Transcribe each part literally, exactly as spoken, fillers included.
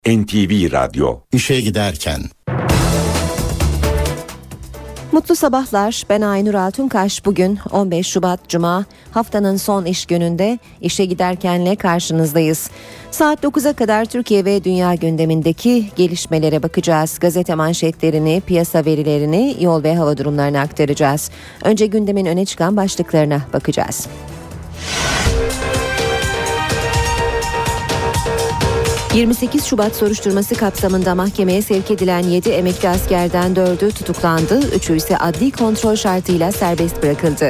N T V Radyo. İşe giderken. Mutlu sabahlar. Ben Aynur Altunkaş. Bugün on beş Şubat Cuma, haftanın son iş gününde işe giderkenle karşınızdayız. Saat dokuza kadar Türkiye ve dünya gündemindeki gelişmelere bakacağız. Gazete manşetlerini, piyasa verilerini, yol ve hava durumlarını aktaracağız. Önce gündemin öne çıkan başlıklarına bakacağız. yirmi sekiz Şubat soruşturması kapsamında mahkemeye sevk edilen yedi emekli askerden dördü tutuklandı, üçü ise adli kontrol şartıyla serbest bırakıldı.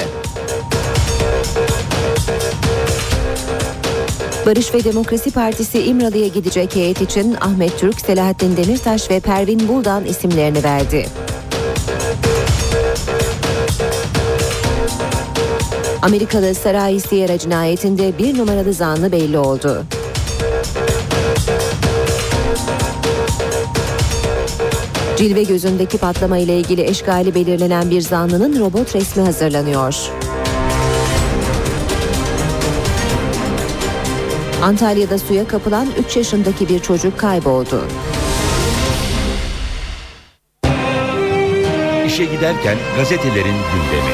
Barış ve Demokrasi Partisi İmralı'ya gidecek heyet için Ahmet Türk, Selahattin Demirtaş ve Pervin Buldan isimlerini verdi. Amerikalı Saray Sierra cinayetinde bir numaralı zanlı belli oldu. Cilve gözündeki patlama ile ilgili eşkali belirlenen bir zanlının robot resmi hazırlanıyor. Antalya'da suya kapılan üç yaşındaki bir çocuk kayboldu. İşe giderken gazetelerin gündemi.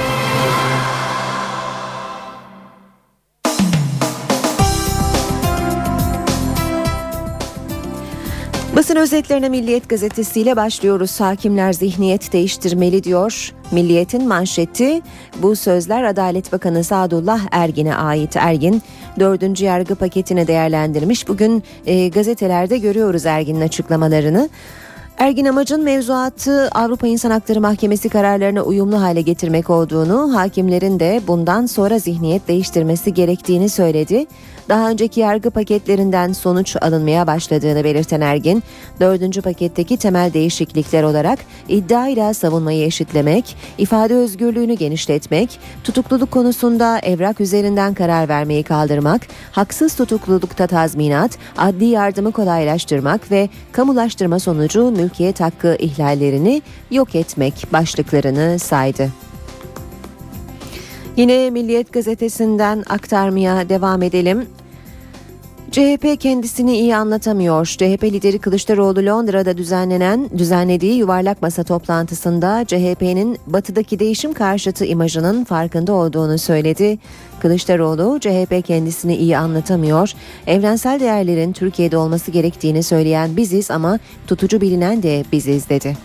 Basın özetlerine Milliyet gazetesiyle başlıyoruz. Hakimler zihniyet değiştirmeli diyor. Milliyet'in manşeti, bu sözler Adalet Bakanı Sadullah Ergin'e ait. Ergin dördüncü yargı paketini değerlendirmiş. Bugün e, gazetelerde görüyoruz Ergin'in açıklamalarını. Ergin amacın mevzuatı Avrupa İnsan Hakları Mahkemesi kararlarına uyumlu hale getirmek olduğunu, hakimlerin de bundan sonra zihniyet değiştirmesi gerektiğini söyledi. Daha önceki yargı paketlerinden sonuç alınmaya başladığını belirten Ergin, dördüncü paketteki temel değişiklikler olarak iddiayla savunmayı eşitlemek, ifade özgürlüğünü genişletmek, tutukluluk konusunda evrak üzerinden karar vermeyi kaldırmak, haksız tutuklulukta tazminat, adli yardımı kolaylaştırmak ve kamulaştırma sonucu mülkiyet hakkı ihlallerini yok etmek başlıklarını saydı. Yine Milliyet gazetesinden aktarmaya devam edelim. C H P kendisini iyi anlatamıyor. C H P lideri Kılıçdaroğlu Londra'da düzenlenen düzenlediği yuvarlak masa toplantısında C H P'nin batıdaki değişim karşıtı imajının farkında olduğunu söyledi. Kılıçdaroğlu, C H P kendisini iyi anlatamıyor. Evrensel değerlerin Türkiye'de olması gerektiğini söyleyen biziz ama tutucu bilinen de biziz dedi.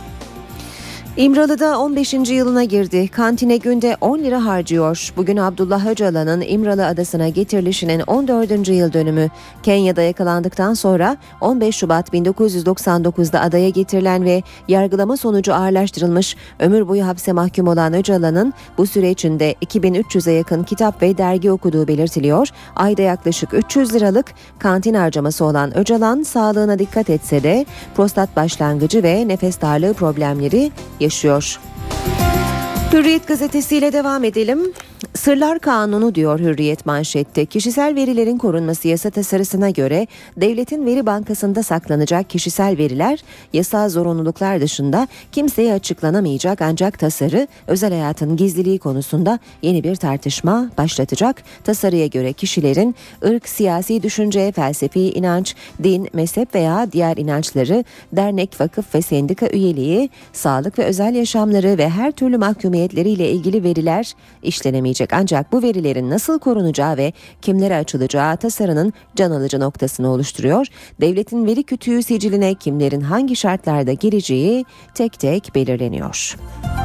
İmralı'da on beşinci yılına girdi. Kantine günde on lira harcıyor. Bugün Abdullah Öcalan'ın İmralı Adası'na getirilişinin on dördüncü yıl dönümü. Kenya'da yakalandıktan sonra on beş Şubat bin dokuz yüz doksan dokuzda adaya getirilen ve yargılama sonucu ağırlaştırılmış, ömür boyu hapse mahkum olan Öcalan'ın bu süre içinde iki bin üç yüze yakın kitap ve dergi okuduğu belirtiliyor. Ayda yaklaşık üç yüz liralık kantin harcaması olan Öcalan sağlığına dikkat etse de prostat başlangıcı ve nefes darlığı problemleri yaşıyor. Hürriyet gazetesiyle devam edelim. Sırlar Kanunu diyor Hürriyet manşette. Kişisel verilerin korunması yasa tasarısına göre devletin veri bankasında saklanacak kişisel veriler yasal zorunluluklar dışında kimseye açıklanamayacak, ancak tasarı özel hayatın gizliliği konusunda yeni bir tartışma başlatacak. Tasarıya göre kişilerin ırk, siyasi düşünce, felsefi inanç, din, mezhep veya diğer inançları, dernek, vakıf ve sendika üyeliği, sağlık ve özel yaşamları ve her türlü mahkumiyetleriyle ilgili veriler işlenemeyecek. Ancak bu verilerin nasıl korunacağı ve kimlere açılacağı tasarının can alıcı noktasını oluşturuyor. Devletin veri kütüğü siciline kimlerin hangi şartlarda gireceği tek tek belirleniyor.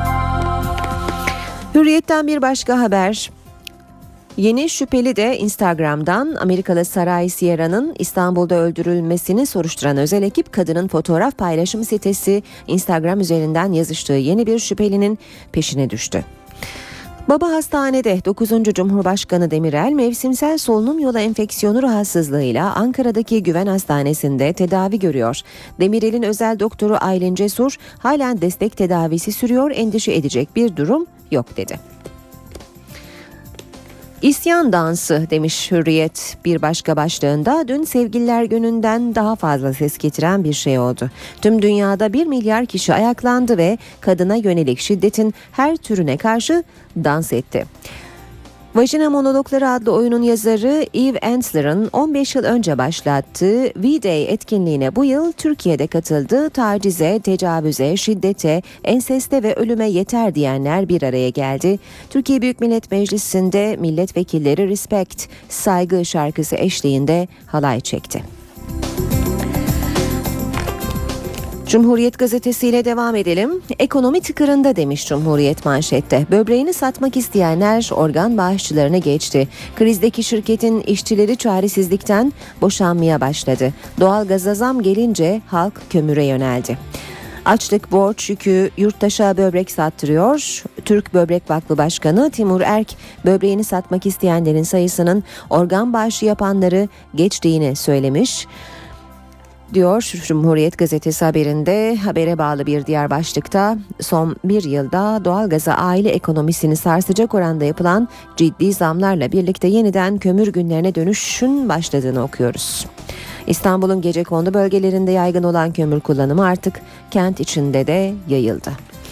Hürriyet'ten bir başka haber. Yeni şüpheli de Instagram'dan. Amerikalı Saray Sierra'nın İstanbul'da öldürülmesini soruşturan özel ekip, kadının fotoğraf paylaşım sitesi Instagram üzerinden yazıştığı yeni bir şüphelinin peşine düştü. Baba hastanede dokuzuncu Cumhurbaşkanı Demirel mevsimsel solunum yolu enfeksiyonu rahatsızlığıyla Ankara'daki Güven Hastanesi'nde tedavi görüyor. Demirel'in özel doktoru Aylin Cesur, halen destek tedavisi sürüyor, endişe edecek bir durum yok dedi. İsyan dansı demiş Hürriyet bir başka başlığında. Dün Sevgililer Günü'nden daha fazla ses getiren bir şey oldu. Tüm dünyada bir milyar kişi ayaklandı ve kadına yönelik şiddetin her türüne karşı dans etti. Vajina Monologları adlı oyunun yazarı Eve Ensler'ın on beş yıl önce başlattığı V-Day etkinliğine bu yıl Türkiye'de katıldı. Tacize, tecavüze, şiddete, enseste ve ölüme yeter diyenler bir araya geldi. Türkiye Büyük Millet Meclisi'nde milletvekilleri Respect, saygı şarkısı eşliğinde halay çekti. Cumhuriyet gazetesiyle devam edelim. Ekonomi tıkırında demiş Cumhuriyet manşette. Böbreğini satmak isteyenler organ bağışçılarına geçti. Krizdeki şirketin işçileri çaresizlikten boşanmaya başladı. Doğalgaza zam gelince halk kömüre yöneldi. Açlık, borç yükü yurttaşa böbrek sattırıyor. Türk Böbrek Vakfı Başkanı Timur Erk, böbreğini satmak isteyenlerin sayısının organ bağışı yapanları geçtiğini söylemiş. Diyor Cumhuriyet gazetesi haberinde. Habere bağlı bir diğer başlıkta son bir yılda doğalgaza aile ekonomisini sarsacak oranda yapılan ciddi zamlarla birlikte yeniden kömür günlerine dönüşün başladığını okuyoruz. İstanbul'un gecekondu bölgelerinde yaygın olan kömür kullanımı artık kent içinde de yayıldı.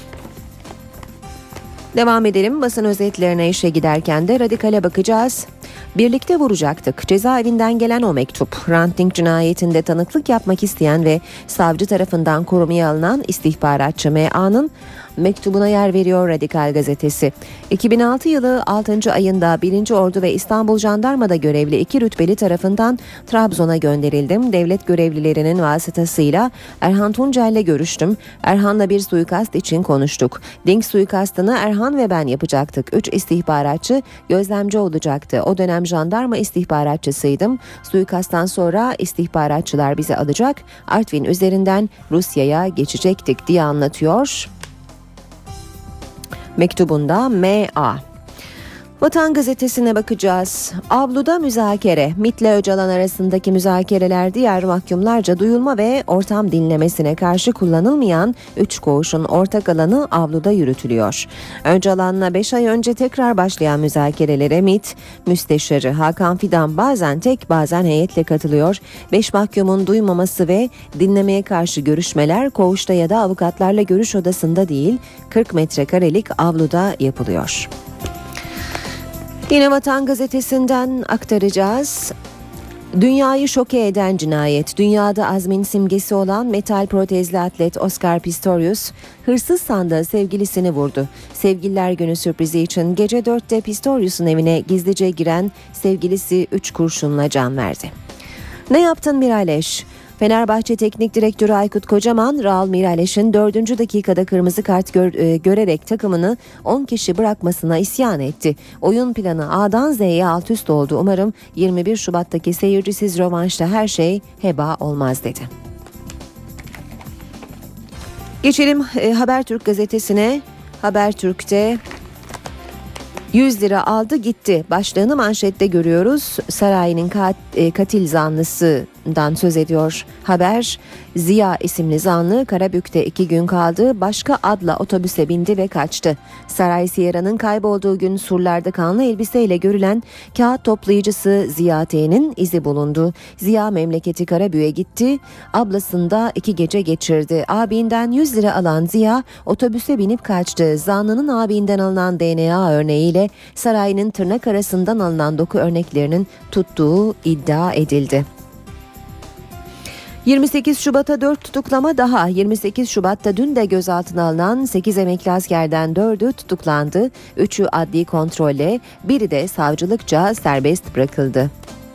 Devam edelim. Basın özetlerine işe giderken de Radikal'e bakacağız. Birlikte vuracaktık. Cezaevinden gelen o mektup. Hrant Dink cinayetinde tanıklık yapmak isteyen ve savcı tarafından korumaya alınan istihbaratçı M A'nın mektubuna yer veriyor Radikal gazetesi. iki bin altı yılı altıncı ayında birinci Ordu ve İstanbul Jandarma'da görevli iki rütbeli tarafından Trabzon'a gönderildim. Devlet görevlilerinin vasıtasıyla Erhan Tuncel'le görüştüm. Erhan'la bir suikast için konuştuk. Dink suikastını Erhan ve ben yapacaktık. Üç istihbaratçı gözlemci olacaktı. O dönem jandarma istihbaratçısıydım. Suikasttan sonra istihbaratçılar bizi alacak. Artvin üzerinden Rusya'ya geçecektik diye anlatıyor. Mektubunda M A. Vatan gazetesine bakacağız. Avluda müzakere. MİT'le Öcalan arasındaki müzakereler diğer mahkumlarca duyulma ve ortam dinlemesine karşı kullanılmayan üç koğuşun ortak alanı avluda yürütülüyor. Öcalan'la beş ay önce tekrar başlayan müzakerelere MİT Müsteşarı Hakan Fidan bazen tek bazen heyetle katılıyor. beş mahkumun duymaması ve dinlemeye karşı görüşmeler koğuşta ya da avukatlarla görüş odasında değil kırk metrekarelik avluda yapılıyor. Yine Vatan gazetesinden aktaracağız. Dünyayı şoke eden cinayet. Dünyada azmin simgesi olan metal protezli atlet Oscar Pistorius hırsız sandığı sevgilisini vurdu. Sevgililer Günü sürprizi için gece dörtte Pistorius'un evine gizlice giren sevgilisi üç kurşunla can verdi. Ne yaptın Miraleş? Fenerbahçe Teknik Direktörü Aykut Kocaman, Raul Mirales'in dördüncü dakikada kırmızı kart gör, e, görerek takımını on kişi bırakmasına isyan etti. Oyun planı A'dan Z'ye alt üst oldu. Umarım yirmi bir Şubat'taki seyircisiz rövanşta her şey heba olmaz dedi. Geçelim e, Habertürk gazetesine. Habertürk'te yüz lira aldı gitti başlığını manşette görüyoruz. Sarayinin kat, e, katil zanlısından söz ediyor haber. Ziya isimli zanlı Karabük'te iki gün kaldı. Başka adla otobüse bindi ve kaçtı. Saray Siyera'nın kaybolduğu gün surlarda kanlı elbiseyle görülen kağıt toplayıcısı Ziya T'nin izi bulundu. Ziya memleketi Karabük'e gitti. Ablasında iki gece geçirdi. Abinden yüz lira alan Ziya otobüse binip kaçtı. Zanlının abinden alınan D N A örneğiyle sarayının tırnak arasından alınan doku örneklerinin tuttuğu iddia edildi. yirmi sekiz Şubat'a dört tutuklama daha. yirmi sekiz Şubat'ta dün de gözaltına alınan sekiz emekli askerden dördü tutuklandı. üçü adli kontrolle, biri de savcılıkça serbest bırakıldı.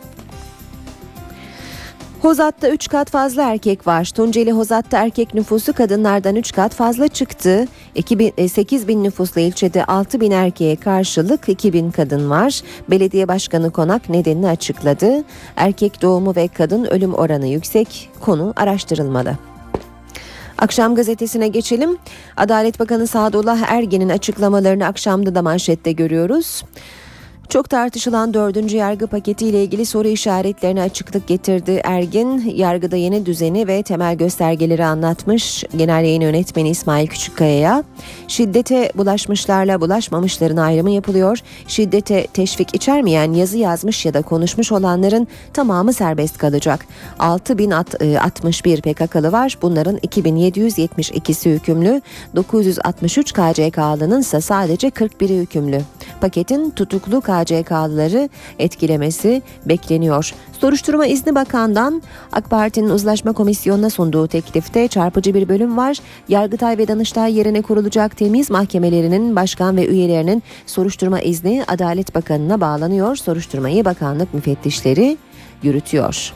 Hozat'ta üç kat fazla erkek var. Tunceli Hozat'ta erkek nüfusu kadınlardan üç kat fazla çıktı. sekiz bin nüfuslu ilçede altı bin erkeğe karşılık iki bin kadın var. Belediye Başkanı Konak nedenini açıkladı. Erkek doğumu ve kadın ölüm oranı yüksek. Konu araştırılmalı. Akşam gazetesine geçelim. Adalet Bakanı Sadullah Ergin'in açıklamalarını akşamda da manşette görüyoruz. Çok tartışılan dördüncü yargı paketiyle ilgili soru işaretlerine açıklık getirdi. Ergin, yargıda yeni düzeni ve temel göstergeleri anlatmış. Genel Yayın Yönetmeni İsmail Küçükkaya'ya şiddete bulaşmışlarla bulaşmamışların ayrımı yapılıyor. Şiddete teşvik içermeyen yazı yazmış ya da konuşmuş olanların tamamı serbest kalacak. altı bin altmış bir P K K'lı var. Bunların iki bin yedi yüz yetmiş ikisi hükümlü. dokuz yüz altmış üç K C K'lının ise sadece kırk biri hükümlü. Paketin tutuklu K C K'lıları etkilemesi bekleniyor. Soruşturma izni bakandan AK Parti'nin uzlaşma komisyonuna sunduğu teklifte çarpıcı bir bölüm var. Yargıtay ve Danıştay yerine kurulacak temiz mahkemelerinin başkan ve üyelerinin soruşturma izni Adalet Bakanı'na bağlanıyor. Soruşturmayı bakanlık müfettişleri yürütüyor.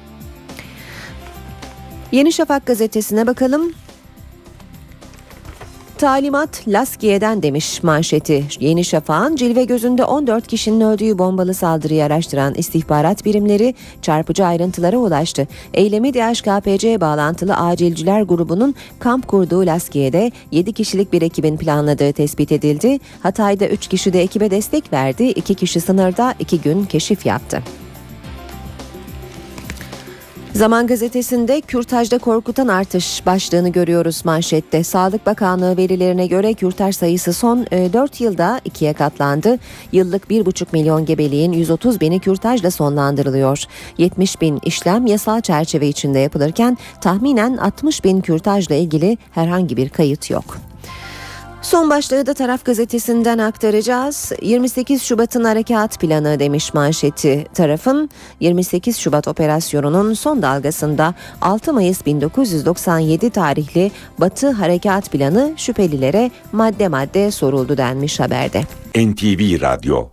Yeni Şafak gazetesine bakalım. Talimat Laskiye'den demiş manşeti. Yeni Şafak'ın cilve gözünde on dört kişinin öldüğü bombalı saldırıyı araştıran istihbarat birimleri çarpıcı ayrıntılara ulaştı. Eylemi D H K P C bağlantılı acilciler grubunun kamp kurduğu Laskiye'de yedi kişilik bir ekibin planladığı tespit edildi. Hatay'da üç kişi de ekibe destek verdi. iki kişi sınırda iki gün keşif yaptı. Zaman gazetesinde kürtajda korkutan artış başlığını görüyoruz manşette. Sağlık Bakanlığı verilerine göre kürtaj sayısı son dört yılda ikiye katlandı. Yıllık bir buçuk milyon gebeliğin yüz otuz bini kürtajla sonlandırılıyor. yetmiş bin işlem yasal çerçeve içinde yapılırken tahminen altmış bin kürtajla ilgili herhangi bir kayıt yok. Son başlığı da Taraf gazetesinden aktaracağız. yirmi sekiz Şubat'ın harekat planı demiş manşeti Taraf'ın. yirmi sekiz Şubat operasyonunun son dalgasında altı Mayıs bin dokuz yüz doksan yedi tarihli Batı harekat planı şüphelilere madde madde soruldu denmiş haberde. N T V Radyo.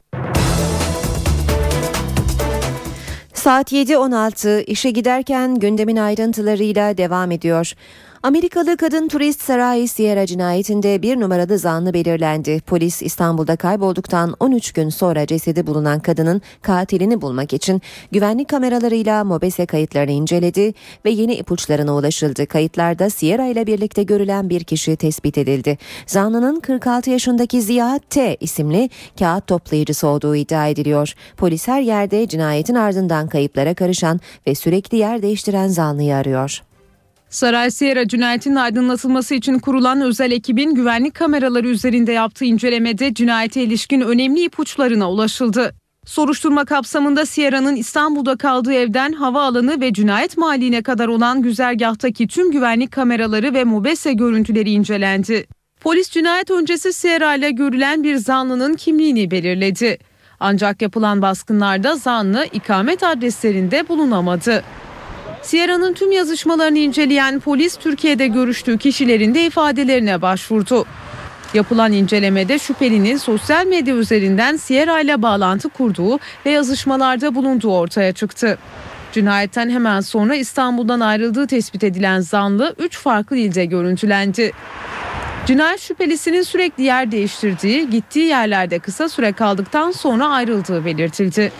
Saat yedi on altı işe giderken gündemin ayrıntılarıyla devam ediyor. Amerikalı kadın turist Sarai Sierra cinayetinde bir numaralı zanlı belirlendi. Polis İstanbul'da kaybolduktan on üç gün sonra cesedi bulunan kadının katilini bulmak için güvenlik kameralarıyla MOBESE kayıtlarını inceledi ve yeni ipuçlarına ulaşıldı. Kayıtlarda Sierra ile birlikte görülen bir kişi tespit edildi. Zanlının kırk altı yaşındaki Ziya T isimli kağıt toplayıcısı olduğu iddia ediliyor. Polis her yerde cinayetin ardından kayıplara karışan ve sürekli yer değiştiren zanlıyı arıyor. Sarai Sierra cinayetinin aydınlatılması için kurulan özel ekibin güvenlik kameraları üzerinde yaptığı incelemede cinayete ilişkin önemli ipuçlarına ulaşıldı. Soruşturma kapsamında Sierra'nın İstanbul'da kaldığı evden havaalanı ve cinayet mahalline kadar olan güzergahtaki tüm güvenlik kameraları ve MOBESE görüntüleri incelendi. Polis cinayet öncesi Sierra ile görülen bir zanlının kimliğini belirledi. Ancak yapılan baskınlarda zanlı ikamet adreslerinde bulunamadı. Sierra'nın tüm yazışmalarını inceleyen polis Türkiye'de görüştüğü kişilerin de ifadelerine başvurdu. Yapılan incelemede şüphelinin sosyal medya üzerinden Sierra ile bağlantı kurduğu ve yazışmalarda bulunduğu ortaya çıktı. Cinayetten hemen sonra İstanbul'dan ayrıldığı tespit edilen zanlı üç farklı ilde görüntülendi. Cinayet şüphelisinin sürekli yer değiştirdiği, gittiği yerlerde kısa süre kaldıktan sonra ayrıldığı belirtildi.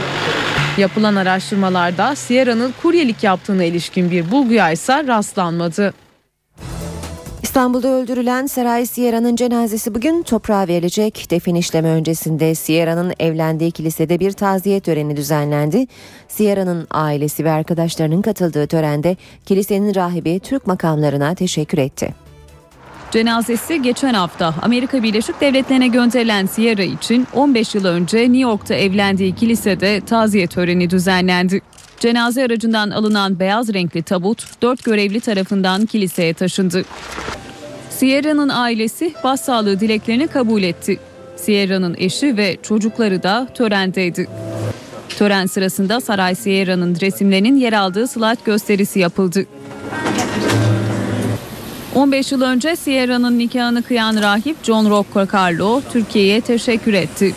Yapılan araştırmalarda Sierra'nın kuryelik yaptığına ilişkin bir bulguya ise rastlanmadı. İstanbul'da öldürülen Sarai Sierra'nın cenazesi bugün toprağa verilecek. Defin işlemi öncesinde Sierra'nın evlendiği kilisede bir taziye töreni düzenlendi. Sierra'nın ailesi ve arkadaşlarının katıldığı törende kilisenin rahibi Türk makamlarına teşekkür etti. Cenazesi geçen hafta Amerika Birleşik Devletleri'ne gönderilen Sierra için on beş yıl önce New York'ta evlendiği kilisede taziye töreni düzenlendi. Cenaze aracından alınan beyaz renkli tabut dört görevli tarafından kiliseye taşındı. Sierra'nın ailesi başsağlığı dileklerini kabul etti. Sierra'nın eşi ve çocukları da törendeydi. Tören sırasında Sarai Sierra'nın resimlerinin yer aldığı slide gösterisi yapıldı. on beş yıl önce Sierra'nın nikahını kıyan rahip John Rocco Carlo Türkiye'ye teşekkür etti.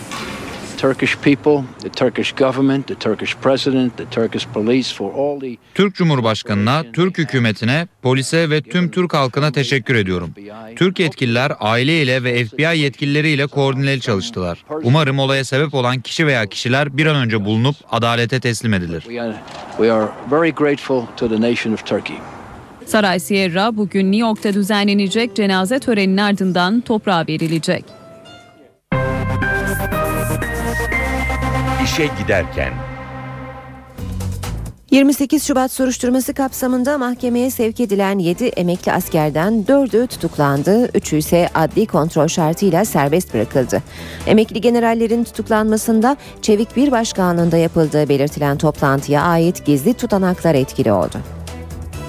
Türk Cumhurbaşkanı'na, Türk hükümetine, polise ve tüm Türk halkına teşekkür ediyorum. Türk yetkililer aileyle ve F B I yetkilileriyle koordineli çalıştılar. Umarım olaya sebep olan kişi veya kişiler bir an önce bulunup adalete teslim edilir. Sarai Sierra bugün New York'ta düzenlenecek cenaze töreninin ardından toprağa verilecek. İşe giderken. yirmi sekiz Şubat soruşturması kapsamında mahkemeye sevk edilen yedi emekli askerden dördü tutuklandı, üçü ise adli kontrol şartıyla serbest bırakıldı. Emekli generallerin tutuklanmasında Çevik bir başkanlığında yapıldığı belirtilen toplantıya ait gizli tutanaklar etkili oldu.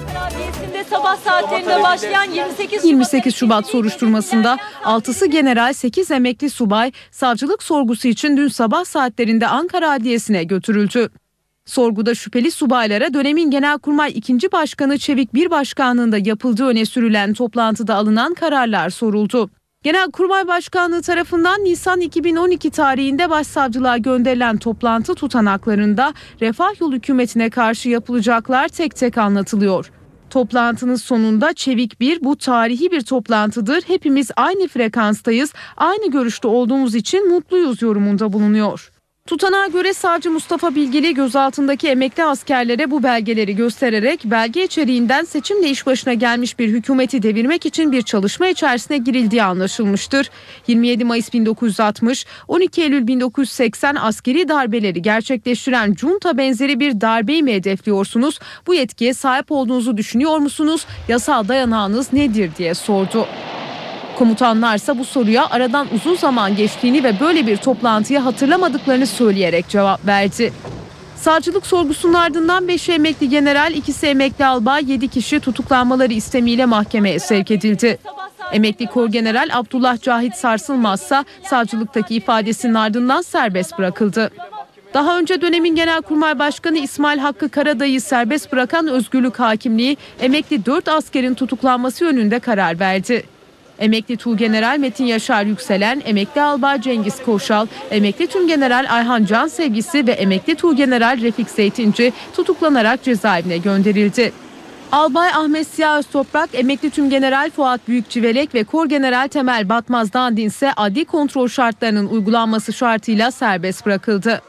Adliyesi'nde sabah saatlerinde başlayan yirmi sekiz, yirmi sekiz Şubat soruşturmasında altısı general, sekiz emekli subay savcılık sorgusu için dün sabah saatlerinde Ankara Adliyesi'ne götürüldü. Sorguda şüpheli subaylara dönemin Genelkurmay ikinci Başkanı Çevik bir başkanlığında yapıldığı öne sürülen toplantıda alınan kararlar soruldu. Genelkurmay Başkanlığı tarafından Nisan iki bin on iki tarihinde başsavcılığa gönderilen toplantı tutanaklarında Refah Yolu hükümetine karşı yapılacaklar tek tek anlatılıyor. Toplantının sonunda Çevik bir, bu tarihi bir toplantıdır, hepimiz aynı frekanstayız, aynı görüşte olduğumuz için mutluyuz yorumunda bulunuyor. Tutanağa göre savcı Mustafa Bilgili gözaltındaki emekli askerlere bu belgeleri göstererek belge içeriğinden seçimle iş başına gelmiş bir hükümeti devirmek için bir çalışma içerisine girildiği anlaşılmıştır. yirmi yedi Mayıs bin dokuz yüz altmış, on iki Eylül bin dokuz yüz seksen askeri darbeleri gerçekleştiren junta benzeri bir darbeyi mi hedefliyorsunuz? Bu yetkiye sahip olduğunuzu düşünüyor musunuz? Yasal dayanağınız nedir diye sordu. Komutanlarsa bu soruya aradan uzun zaman geçtiğini ve böyle bir toplantıyı hatırlamadıklarını söyleyerek cevap verdi. Savcılık sorgusunun ardından beşi emekli general, ikisi emekli albay, yedi kişi tutuklanmaları istemiyle mahkemeye sevk edildi. Emekli Korgeneral Abdullah Cahit Sarsılmazsa savcılıktaki ifadesinin ardından serbest bırakıldı. Daha önce dönemin Genelkurmay Başkanı İsmail Hakkı Karadayı serbest bırakan Özgürlük Hakimliği emekli dört askerin tutuklanması yönünde karar verdi. Emekli Tuğgeneral Metin Yaşar Yükselen, emekli albay Cengiz Koşal, emekli Tümgeneral Ayhan Cansevgisi ve emekli Tuğgeneral Refik Zeytinci tutuklanarak cezaevine gönderildi. Albay Ahmet Siyah Öztoprak, emekli Tümgeneral Fuat Büyükçivelek ve Korgeneral Temel Batmaz Dandin ise adli kontrol şartlarının uygulanması şartıyla serbest bırakıldı.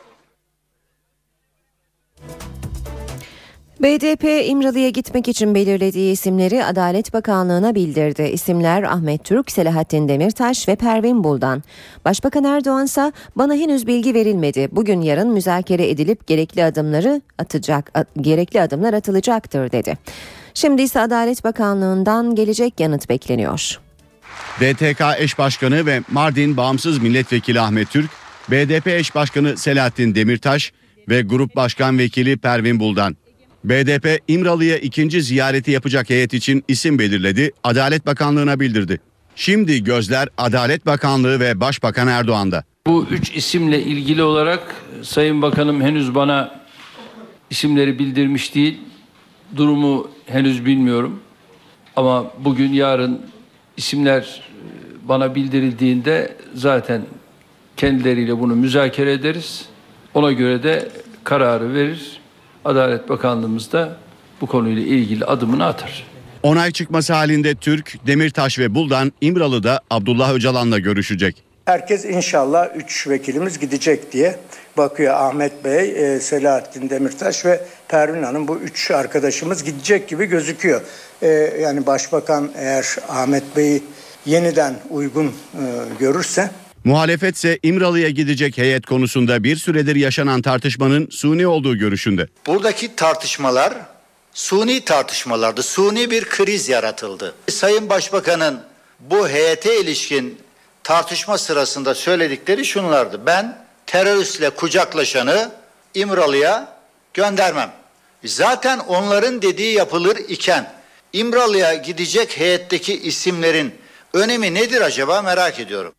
B D P İmralı'ya gitmek için belirlediği isimleri Adalet Bakanlığı'na bildirdi. İsimler Ahmet Türk, Selahattin Demirtaş ve Pervin Buldan. Başbakan Erdoğan ise bana henüz bilgi verilmedi. Bugün yarın müzakere edilip gerekli adımları atacak, gerekli adımlar atılacaktır dedi. Şimdi ise Adalet Bakanlığı'ndan gelecek yanıt bekleniyor. D T K eş başkanı ve Mardin Bağımsız Milletvekili Ahmet Türk, B D P eş başkanı Selahattin Demirtaş ve Grup Başkan Vekili Pervin Buldan. B D P İmralı'ya ikinci ziyareti yapacak heyet için isim belirledi, Adalet Bakanlığı'na bildirdi. Şimdi gözler Adalet Bakanlığı ve Başbakan Erdoğan'da. Bu üç isimle ilgili olarak Sayın Bakanım henüz bana isimleri bildirmiş değil. Durumu henüz bilmiyorum. Ama bugün yarın isimler bana bildirildiğinde zaten kendileriyle bunu müzakere ederiz. Ona göre de kararı verir. Adalet Bakanlığımız da bu konuyla ilgili adımını atar. Onay çıkması halinde Türk, Demirtaş ve Buldan İmralı'da Abdullah Öcalan'la görüşecek. Herkes inşallah üç vekilimiz gidecek diye bakıyor. Ahmet Bey, Selahattin Demirtaş ve Pervin Hanım, bu üç arkadaşımız gidecek gibi gözüküyor. Yani Başbakan eğer Ahmet Bey'i yeniden uygun görürse. Muhalefet ise İmralı'ya gidecek heyet konusunda bir süredir yaşanan tartışmanın suni olduğu görüşünde. Buradaki tartışmalar suni tartışmalardı. Suni bir kriz yaratıldı. Sayın Başbakan'ın bu heyete ilişkin tartışma sırasında söyledikleri şunlardı. Ben teröristle kucaklaşanı İmralı'ya göndermem. Zaten onların dediği yapılır iken İmralı'ya gidecek heyetteki isimlerin önemi nedir acaba, merak ediyorum.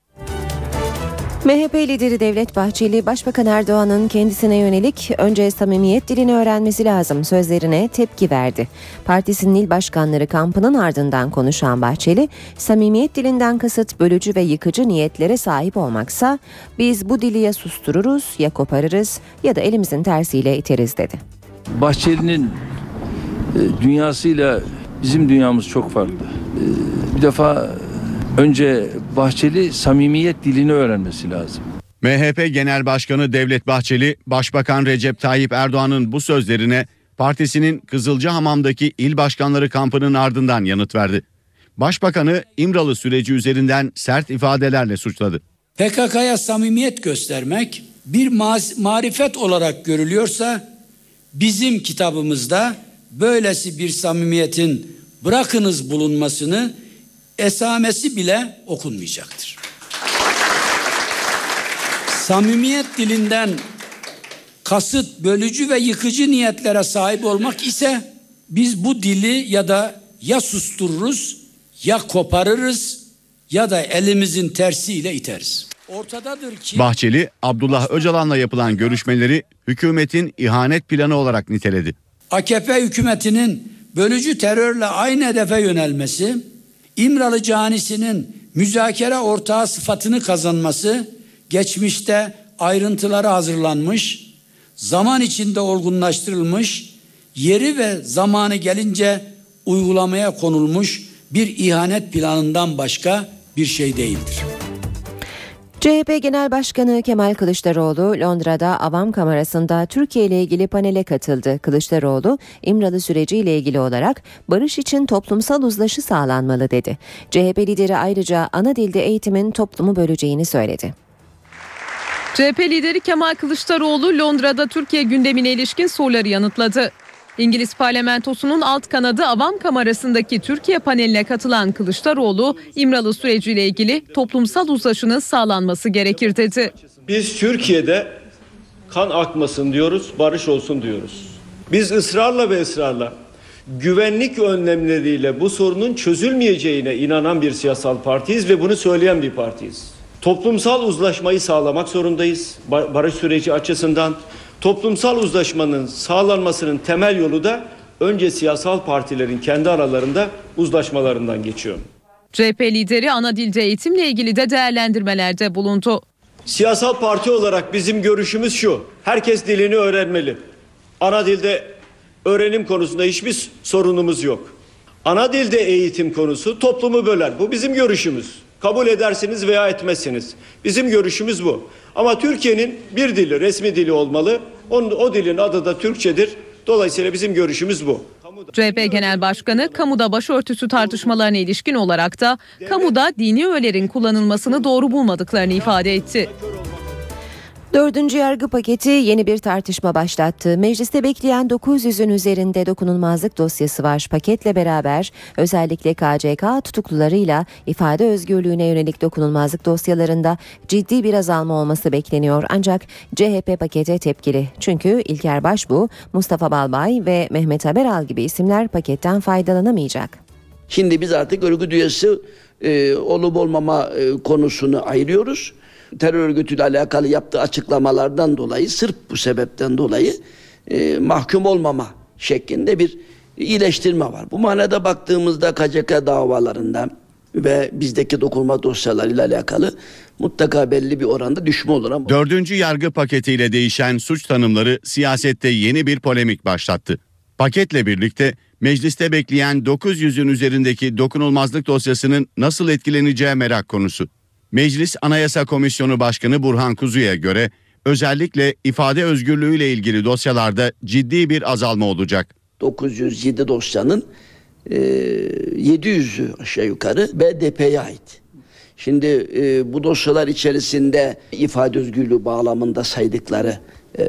M H P lideri Devlet Bahçeli, Başbakan Erdoğan'ın kendisine yönelik önce samimiyet dilini öğrenmesi lazım sözlerine tepki verdi. Partisinin il başkanları kampının ardından konuşan Bahçeli, samimiyet dilinden kasıt bölücü ve yıkıcı niyetlere sahip olmaksa biz bu dili ya sustururuz ya koparırız ya da elimizin tersiyle iteriz dedi. Bahçeli'nin dünyasıyla bizim dünyamız çok farklı. Bir defa önce Bahçeli samimiyet dilini öğrenmesi lazım. M H P Genel Başkanı Devlet Bahçeli, Başbakan Recep Tayyip Erdoğan'ın bu sözlerine partisinin Kızılcahamam'daki il başkanları kampının ardından yanıt verdi. Başbakanı İmralı süreci üzerinden sert ifadelerle suçladı. P K K'ya samimiyet göstermek bir ma- marifet olarak görülüyorsa bizim kitabımızda böylesi bir samimiyetin bırakınız bulunmasını esamesi bile okunmayacaktır. Samimiyet dilinden kasıt bölücü ve yıkıcı niyetlere sahip olmak ise biz bu dili ya da ya sustururuz ya koparırız ya da elimizin tersiyle iteriz. Ortadadır ki Bahçeli, Abdullah Öcalan'la yapılan görüşmeleri hükümetin ihanet planı olarak niteledi. A K P hükümetinin bölücü terörle aynı hedefe yönelmesi, İmralı canisinin müzakere ortağı sıfatını kazanması, geçmişte ayrıntıları hazırlanmış, zaman içinde olgunlaştırılmış, yeri ve zamanı gelince uygulamaya konulmuş bir ihanet planından başka bir şey değildir. C H P Genel Başkanı Kemal Kılıçdaroğlu Londra'da Avam Kamerası'nda Türkiye ile ilgili panele katıldı. Kılıçdaroğlu, İmralı süreciyle ilgili olarak barış için toplumsal uzlaşı sağlanmalı dedi. C H P lideri ayrıca ana dilde eğitimin toplumu böleceğini söyledi. C H P lideri Kemal Kılıçdaroğlu Londra'da Türkiye gündemine ilişkin soruları yanıtladı. İngiliz parlamentosunun alt kanadı Avam Kamerası'ndaki Türkiye paneline katılan Kılıçdaroğlu, İmralı süreciyle ilgili toplumsal uzlaşının sağlanması gerekir dedi. Biz Türkiye'de kan akmasın diyoruz, barış olsun diyoruz. Biz ısrarla ve ısrarla güvenlik önlemleriyle bu sorunun çözülmeyeceğine inanan bir siyasal partiyiz ve bunu söyleyen bir partiyiz. Toplumsal uzlaşmayı sağlamak zorundayız barış süreci açısından. Toplumsal uzlaşmanın sağlanmasının temel yolu da önce siyasal partilerin kendi aralarında uzlaşmalarından geçiyor. C H P lideri ana dilde eğitimle ilgili de değerlendirmelerde bulundu. Siyasal parti olarak bizim görüşümüz şu: herkes dilini öğrenmeli. Ana dilde öğrenim konusunda hiçbir sorunumuz yok. Ana dilde eğitim konusu toplumu böler. Bu bizim görüşümüz. Kabul edersiniz veya etmezsiniz. Bizim görüşümüz bu. Ama Türkiye'nin bir dili, resmi dili olmalı. Onun, o dilin adı da Türkçedir. Dolayısıyla bizim görüşümüz bu. C H P Genel Başkanı kamuda başörtüsü tartışmalarına ilişkin olarak da kamuda dini öğelerin kullanılmasını doğru bulmadıklarını ifade etti. Dördüncü yargı paketi yeni bir tartışma başlattı. Mecliste bekleyen dokuz yüzün üzerinde dokunulmazlık dosyası var. Paketle beraber özellikle K C K tutuklularıyla ifade özgürlüğüne yönelik dokunulmazlık dosyalarında ciddi bir azalma olması bekleniyor. Ancak C H P pakete tepkili. Çünkü İlker Başbuğ, Mustafa Balbay ve Mehmet Haberal gibi isimler paketten faydalanamayacak. Şimdi biz artık örgüt üyesi e, olup olmama e, konusunu ayırıyoruz. Terör örgütüyle alakalı yaptığı açıklamalardan dolayı, sırf bu sebepten dolayı e, mahkum olmama şeklinde bir iyileştirme var. Bu manada baktığımızda K C K davalarında ve bizdeki dokunma dosyalarıyla alakalı mutlaka belli bir oranda düşme olur ama. Dördüncü yargı paketiyle değişen suç tanımları siyasette yeni bir polemik başlattı. Paketle birlikte mecliste bekleyen dokuz yüzün üzerindeki dokunulmazlık dosyasının nasıl etkileneceği merak konusu. Meclis Anayasa Komisyonu Başkanı Burhan Kuzu'ya göre özellikle ifade özgürlüğüyle ilgili dosyalarda ciddi bir azalma olacak. dokuz yüz yedi dosyanın e, yedi yüzü aşağı yukarı B D P'ye ait. Şimdi e, bu dosyalar içerisinde ifade özgürlüğü bağlamında saydıkları e,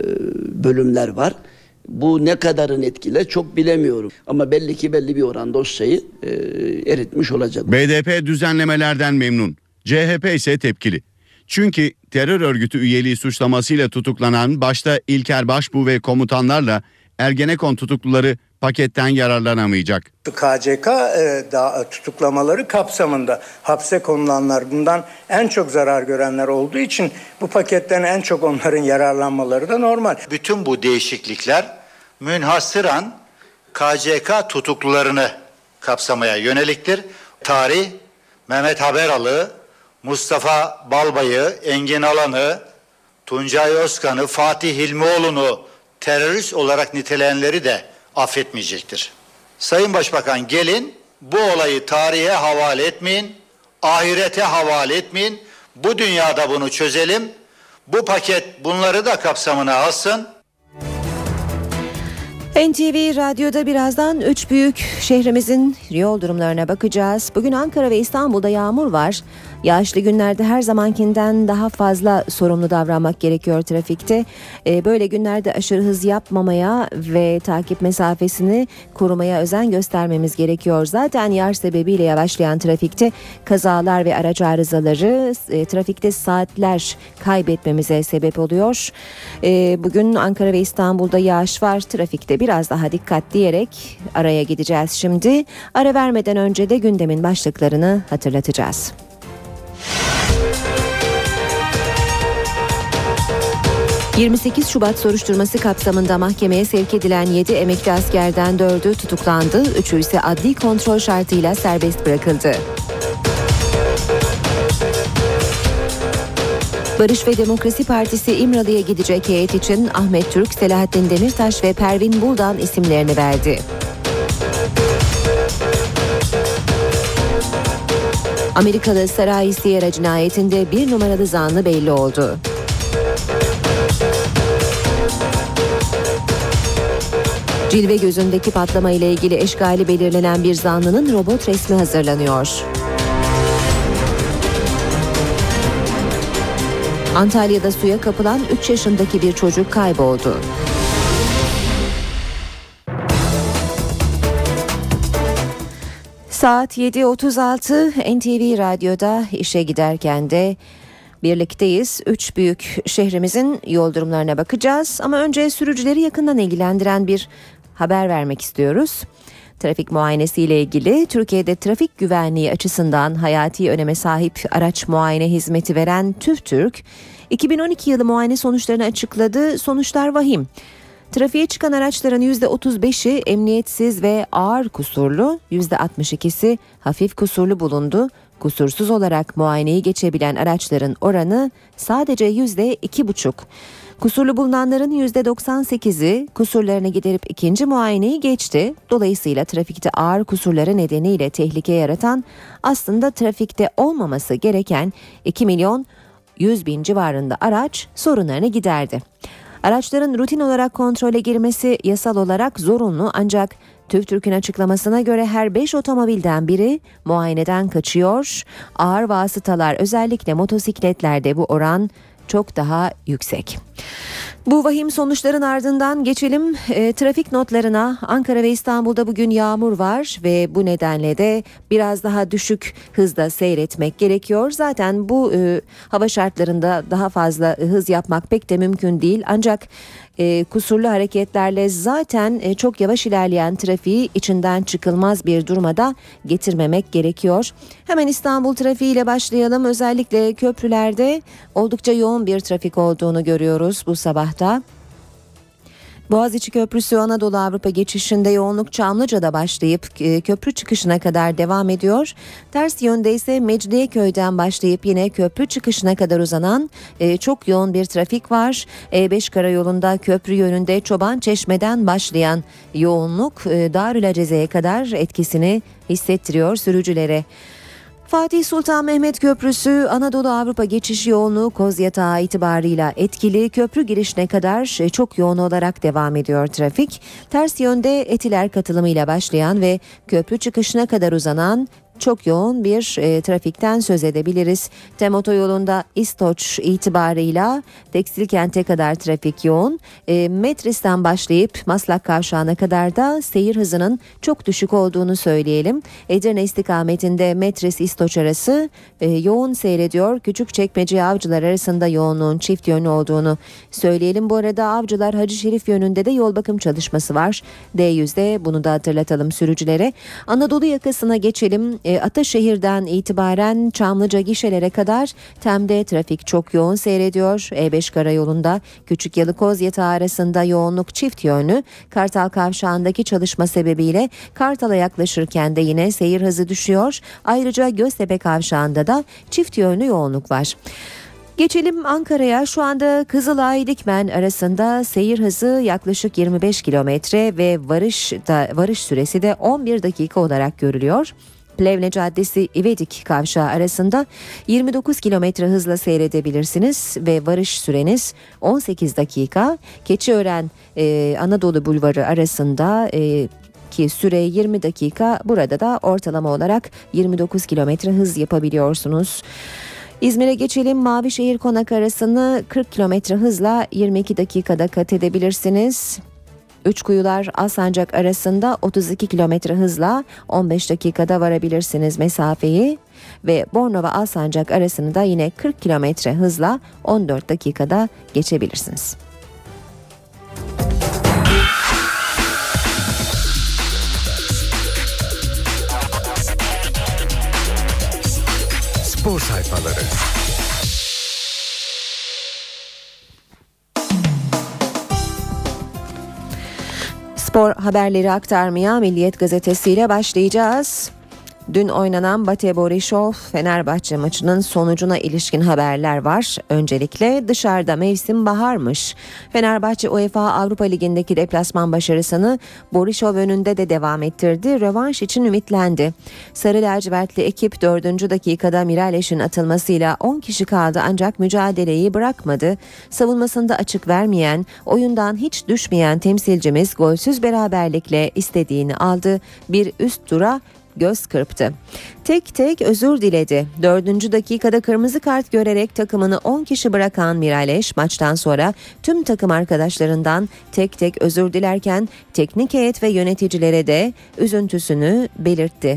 bölümler var. Bu ne kadarın etkiler çok bilemiyorum. Ama belli ki belli bir oran dosyayı e, eritmiş olacak. B D P düzenlemelerden memnun. C H P ise tepkili. Çünkü terör örgütü üyeliği suçlamasıyla tutuklanan başta İlker Başbuğ ve komutanlarla Ergenekon tutukluları paketten yararlanamayacak. K C K e, da, tutuklamaları kapsamında hapse konulanlar bundan en çok zarar görenler olduğu için bu paketten en çok onların yararlanmaları da normal. Bütün bu değişiklikler münhasıran K C K tutuklularını kapsamaya yöneliktir. Tarih Mehmet Haberal'ı, Mustafa Balbay'ı, Engin Alan'ı, Tuncay Özkan'ı, Fatih Hilmioğlu'nu terörist olarak niteleyenleri de affetmeyecektir. Sayın Başbakan, gelin bu olayı tarihe havale etmeyin, ahirete havale etmeyin. Bu dünyada bunu çözelim. Bu paket bunları da kapsamına alsın. N T V Radyo'da birazdan üç büyük şehrimizin yol durumlarına bakacağız. Bugün Ankara ve İstanbul'da yağmur var. Yağışlı günlerde her zamankinden daha fazla sorumlu davranmak gerekiyor trafikte. Ee, böyle günlerde aşırı hız yapmamaya ve takip mesafesini korumaya özen göstermemiz gerekiyor. Zaten yağış sebebiyle yavaşlayan trafikte kazalar ve araç arızaları e, trafikte saatler kaybetmemize sebep oluyor. E, bugün Ankara ve İstanbul'da yağış var. Trafikte biraz daha dikkat diyerek araya gideceğiz şimdi. Ara vermeden önce de gündemin başlıklarını hatırlatacağız. yirmi sekiz Şubat soruşturması kapsamında mahkemeye sevk edilen yedi emekli askerden dördü tutuklandı, üçü ise adli kontrol şartıyla serbest bırakıldı. Barış ve Demokrasi Partisi İmralı'ya gidecek heyet için Ahmet Türk, Selahattin Demirtaş ve Pervin Buldan isimlerini verdi. Amerikalı Saray Sierra cinayetinde bir numaralı zanlı belli oldu. Cilve gözündeki patlama ile ilgili eşkali belirlenen bir zanlının robot resmi hazırlanıyor. Antalya'da suya kapılan üç yaşındaki bir çocuk kayboldu. Saat yedi otuz altı N T V Radyo'da işe giderken de birlikteyiz. Üç büyük şehrimizin yol durumlarına bakacağız. Ama önce sürücüleri yakından ilgilendiren bir haber vermek istiyoruz. Trafik muayenesiyle ilgili Türkiye'de trafik güvenliği açısından hayati öneme sahip araç muayene hizmeti veren TÜVTÜRK, iki bin on iki yılı muayene sonuçlarını açıkladı. Sonuçlar vahim. Trafiğe çıkan araçların yüzde otuz beşi emniyetsiz ve ağır kusurlu, yüzde altmış ikisi hafif kusurlu bulundu. Kusursuz olarak muayeneyi geçebilen araçların oranı sadece yüzde iki buçuk. Kusurlu bulunanların yüzde doksan sekizi kusurlarını giderip ikinci muayeneyi geçti. Dolayısıyla trafikte ağır kusurları nedeniyle tehlike yaratan, aslında trafikte olmaması gereken iki milyon yüz bin civarında araç sorunlarını giderdi. Araçların rutin olarak kontrole girmesi yasal olarak zorunlu, ancak TÜVTÜRK'ün açıklamasına göre her beş otomobilden biri muayeneden kaçıyor. Ağır vasıtalar, özellikle motosikletlerde bu oran çok daha yüksek. Bu vahim sonuçların ardından geçelim e, trafik notlarına. Ankara ve İstanbul'da bugün yağmur var ve bu nedenle de biraz daha düşük hızda seyretmek gerekiyor. Zaten bu e, hava şartlarında daha fazla e, hız yapmak pek de mümkün değil. Ancak e, kusurlu hareketlerle zaten e, çok yavaş ilerleyen trafiği içinden çıkılmaz bir duruma da getirmemek gerekiyor. Hemen İstanbul trafiğiyle başlayalım. Özellikle köprülerde oldukça yoğun bir trafik olduğunu görüyoruz bu sabahta. Boğaziçi Köprüsü Anadolu Avrupa geçişinde yoğunluk Çamlıca'da başlayıp e, köprü çıkışına kadar devam ediyor. Ters yönde ise Mecidiyeköy'den başlayıp yine köprü çıkışına kadar uzanan e, çok yoğun bir trafik var. E beş karayolunda köprü yönünde Çobançeşme'den başlayan yoğunluk e, Darülaceze'ye kadar etkisini hissettiriyor sürücülere. Fatih Sultan Mehmet Köprüsü Anadolu Avrupa geçiş yoğunluğu Kozyatağı itibarıyla etkili. Köprü girişine kadar çok yoğun olarak devam ediyor trafik. Ters yönde Etiler katılımıyla başlayan ve köprü çıkışına kadar uzanan çok yoğun bir e, trafikten söz edebiliriz. Tem otoyolunda İstoç itibarıyla Tekstilkent'e kadar trafik yoğun. E, Metris'ten başlayıp Maslak Kavşağı'na kadar da seyir hızının çok düşük olduğunu söyleyelim. Edirne istikametinde Metris İstoç arası e, yoğun seyrediyor. Küçükçekmece Avcılar arasında yoğunluğun çift yönlü olduğunu söyleyelim. Bu arada Avcılar Hacı Şerif yönünde de yol bakım çalışması var. D yüzde, bunu da hatırlatalım sürücülere. Anadolu yakasına geçelim. Ataşehir'den itibaren Çamlıca gişelere kadar Tem'de trafik çok yoğun seyrediyor. E beş karayolunda Küçükyalı Kozyatağı arasında yoğunluk çift yönlü. Kartal Kavşağı'ndaki çalışma sebebiyle Kartal'a yaklaşırken de yine seyir hızı düşüyor. Ayrıca Göztepe Kavşağı'nda da çift yönlü yoğunluk var. Geçelim Ankara'ya. Şu anda Kızılay-Dikmen arasında seyir hızı yaklaşık yirmi beş kilometre ve varış da varış süresi de on bir dakika olarak görülüyor. Plevne Caddesi İvedik Kavşağı arasında yirmi dokuz kilometre hızla seyredebilirsiniz ve varış süreniz on sekiz dakika. Keçiören e, Anadolu Bulvarı arasında e, ki süre yirmi dakika. Burada da ortalama olarak yirmi dokuz kilometre hız yapabiliyorsunuz. İzmir'e geçelim. Mavişehir Konak arasını kırk kilometre hızla yirmi iki dakikada kat edebilirsiniz. Üçkuyular Alsancak arasında otuz iki kilometre hızla on beş dakikada varabilirsiniz mesafeyi ve Bornova Alsancak arasını da yine kırk kilometre hızla on dört dakikada geçebilirsiniz. Spor sayfaları. Spor haberleri aktarmaya Milliyet gazetesiyle başlayacağız. Dün oynanan Bate Borisov Fenerbahçe maçının sonucuna ilişkin haberler var. Öncelikle dışarıda mevsim baharmış. Fenerbahçe UEFA Avrupa Ligi'ndeki deplasman başarısını Borisov önünde de devam ettirdi. Rövanş için ümitlendi. Sarı lacivertli ekip dördüncü dakikada Mirales'in atılmasıyla on kişi kaldı ancak mücadeleyi bırakmadı. Savunmasında açık vermeyen, oyundan hiç düşmeyen temsilcimiz golsüz beraberlikle istediğini aldı. Bir üst tura göz kırptı. Tek tek özür diledi. Dördüncü dakikada kırmızı kart görerek takımını on kişi bırakan Miraleš maçtan sonra tüm takım arkadaşlarından tek tek özür dilerken teknik heyet ve yöneticilere de üzüntüsünü belirtti.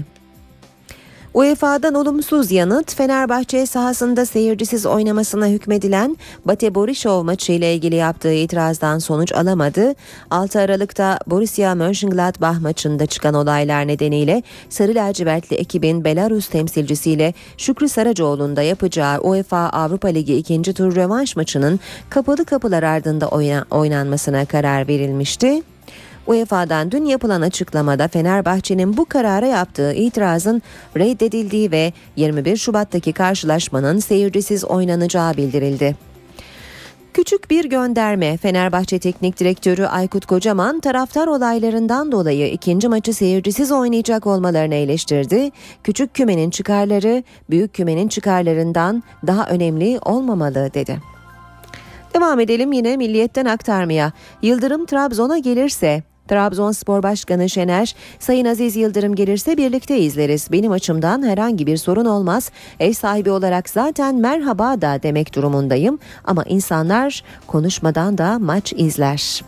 U E F A'dan olumsuz yanıt, Fenerbahçe sahasında seyircisiz oynamasına hükmedilen Bate Borisov maçı ile ilgili yaptığı itirazdan sonuç alamadı. altı Aralık'ta Borussia Mönchengladbach maçında çıkan olaylar nedeniyle Sarı lacivertli ekibin Belarus temsilcisiyle Şükrü Saracoğlu'nda yapacağı U E F A Avrupa Ligi ikinci tur rövanş maçının kapalı kapılar ardında oyna- oynanmasına karar verilmişti. U E F A'dan dün yapılan açıklamada Fenerbahçe'nin bu karara yaptığı itirazın reddedildiği ve yirmi bir Şubat'taki karşılaşmanın seyircisiz oynanacağı bildirildi. Küçük bir gönderme. Fenerbahçe Teknik Direktörü Aykut Kocaman taraftar olaylarından dolayı ikinci maçı seyircisiz oynayacak olmalarını eleştirdi. Küçük kümenin çıkarları büyük kümenin çıkarlarından daha önemli olmamalı dedi. Devam edelim yine Milliyet'ten aktarmaya. Yıldırım Trabzon'a gelirse, Trabzonspor Başkanı Şener, Sayın Aziz Yıldırım gelirse birlikte izleriz. Benim açımdan herhangi bir sorun olmaz. Ev sahibi olarak zaten merhaba da demek durumundayım. Ama insanlar konuşmadan da maç izler.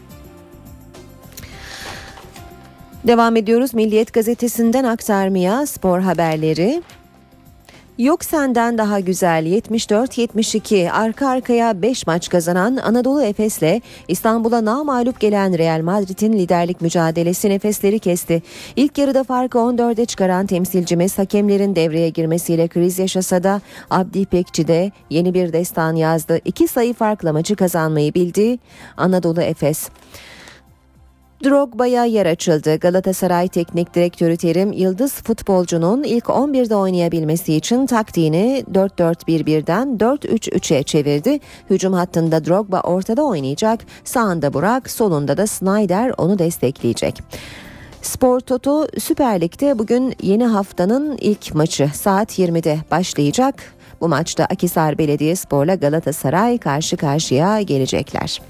Devam ediyoruz Milliyet gazetesinden aktarmaya spor haberleri. Yok senden daha güzel yetmiş dört yetmiş iki arka arkaya beş maç kazanan Anadolu Efes'le İstanbul'a namağlup gelen Real Madrid'in liderlik mücadelesi nefesleri kesti. İlk yarıda farkı on dörde çıkaran temsilcimiz hakemlerin devreye girmesiyle kriz yaşasa da Abdi İpekçi de yeni bir destan yazdı. İki sayı farkla maçı kazanmayı bildi Anadolu Efes. Drogba'ya yer açıldı. Galatasaray Teknik Direktörü Terim, yıldız futbolcunun ilk on birde oynayabilmesi için taktiğini dört dört bir birden dört üç üçe çevirdi. Hücum hattında Drogba ortada oynayacak. Sağında Burak, solunda da Snyder onu destekleyecek. Spor Toto Süper Lig'de bugün yeni haftanın ilk maçı saat yirmide başlayacak. Bu maçta Akhisar Belediyespor'la Galatasaray karşı karşıya gelecekler.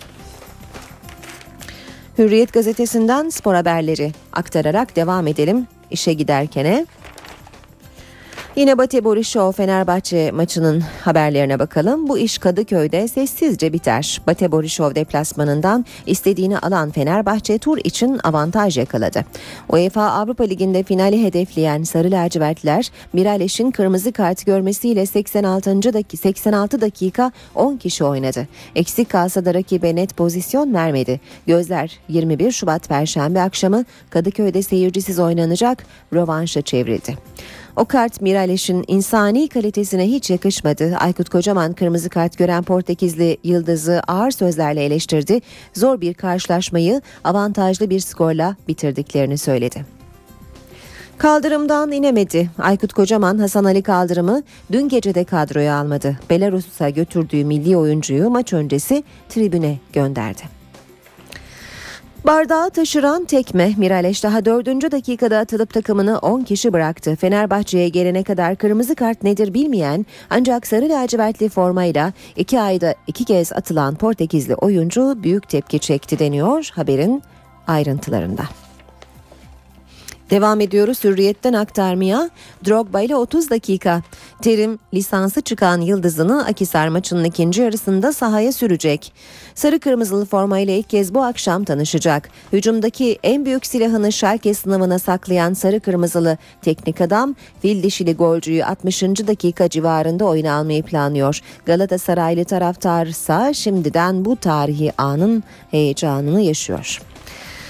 Hürriyet gazetesinden spor haberleri aktararak devam edelim işe giderkene. Yine Bate Borisov Fenerbahçe maçının haberlerine bakalım. Bu iş Kadıköy'de sessizce biter. Bate Borisov deplasmanından istediğini alan Fenerbahçe tur için avantaj yakaladı. UEFA Avrupa Ligi'nde finali hedefleyen Sarı lacivertler Mirales'in kırmızı kart görmesiyle seksen altıncı dakika seksen altı dakika on kişi oynadı. Eksik kalsa da rakibe net pozisyon vermedi. Gözler yirmi bir Şubat Perşembe akşamı Kadıköy'de seyircisiz oynanacak rövanşa çevrildi. O kart Mirales'in insani kalitesine hiç yakışmadı. Aykut Kocaman kırmızı kart gören Portekizli yıldızı ağır sözlerle eleştirdi. Zor bir karşılaşmayı avantajlı bir skorla bitirdiklerini söyledi. Kaldırımdan inemedi. Aykut Kocaman Hasan Ali Kaldırım'ı dün gece de kadroya almadı. Belarus'a götürdüğü milli oyuncuyu maç öncesi tribüne gönderdi. Bardağı taşıran tekme. Miraleš daha dördüncü dakikada atılıp takımını on kişi bıraktı. Fenerbahçe'ye gelene kadar kırmızı kart nedir bilmeyen ancak sarı lacivertli formayla iki ayda iki kez atılan Portekizli oyuncu büyük tepki çekti deniyor haberin ayrıntılarında. Devam ediyoruz Hürriyet'ten aktarmaya. Drogba ile otuz dakika. Terim lisansı çıkan yıldızını Akhisar maçının ikinci yarısında sahaya sürecek. Sarı kırmızılı formayla ilk kez bu akşam tanışacak. Hücumdaki en büyük silahını Schalke sınavına saklayan sarı kırmızılı teknik adam fil dişili golcüyü altmışıncı dakika civarında oyuna almayı planlıyor. Galatasaraylı taraftarsa şimdiden bu tarihi anın heyecanını yaşıyor.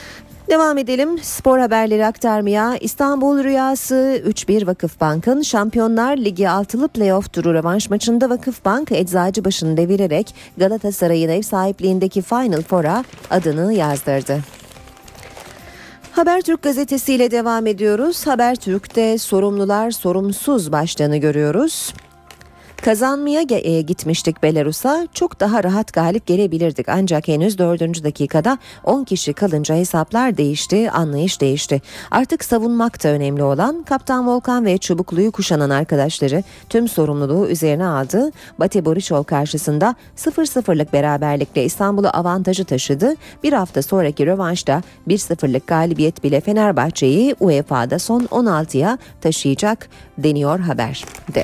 Devam edelim spor haberleri aktarmaya. İstanbul Rüyası üç bir Vakıfbank'ın Şampiyonlar Ligi altılı playoff turu rövanş maçında Vakıfbank Eczacıbaşı'nı devirerek Galatasaray'ın ev sahipliğindeki Final Four'a adını yazdırdı. Habertürk gazetesiyle devam ediyoruz. Habertürk'te sorumlular sorumsuz başlığını görüyoruz. Kazanmaya gitmiştik Belarus'a, çok daha rahat galip gelebilirdik ancak henüz dördüncü dakikada on kişi kalınca hesaplar değişti, anlayış değişti. Artık savunmak da önemli olan. Kaptan Volkan ve çubukluyu kuşanan arkadaşları tüm sorumluluğu üzerine aldı. Bate Borisov karşısında sıfır sıfırlık beraberlikle İstanbul'u avantajı taşıdı. Bir hafta sonraki rövanşta bir sıfırlık galibiyet bile Fenerbahçe'yi U E F A'da son on altıya taşıyacak deniyor haberde.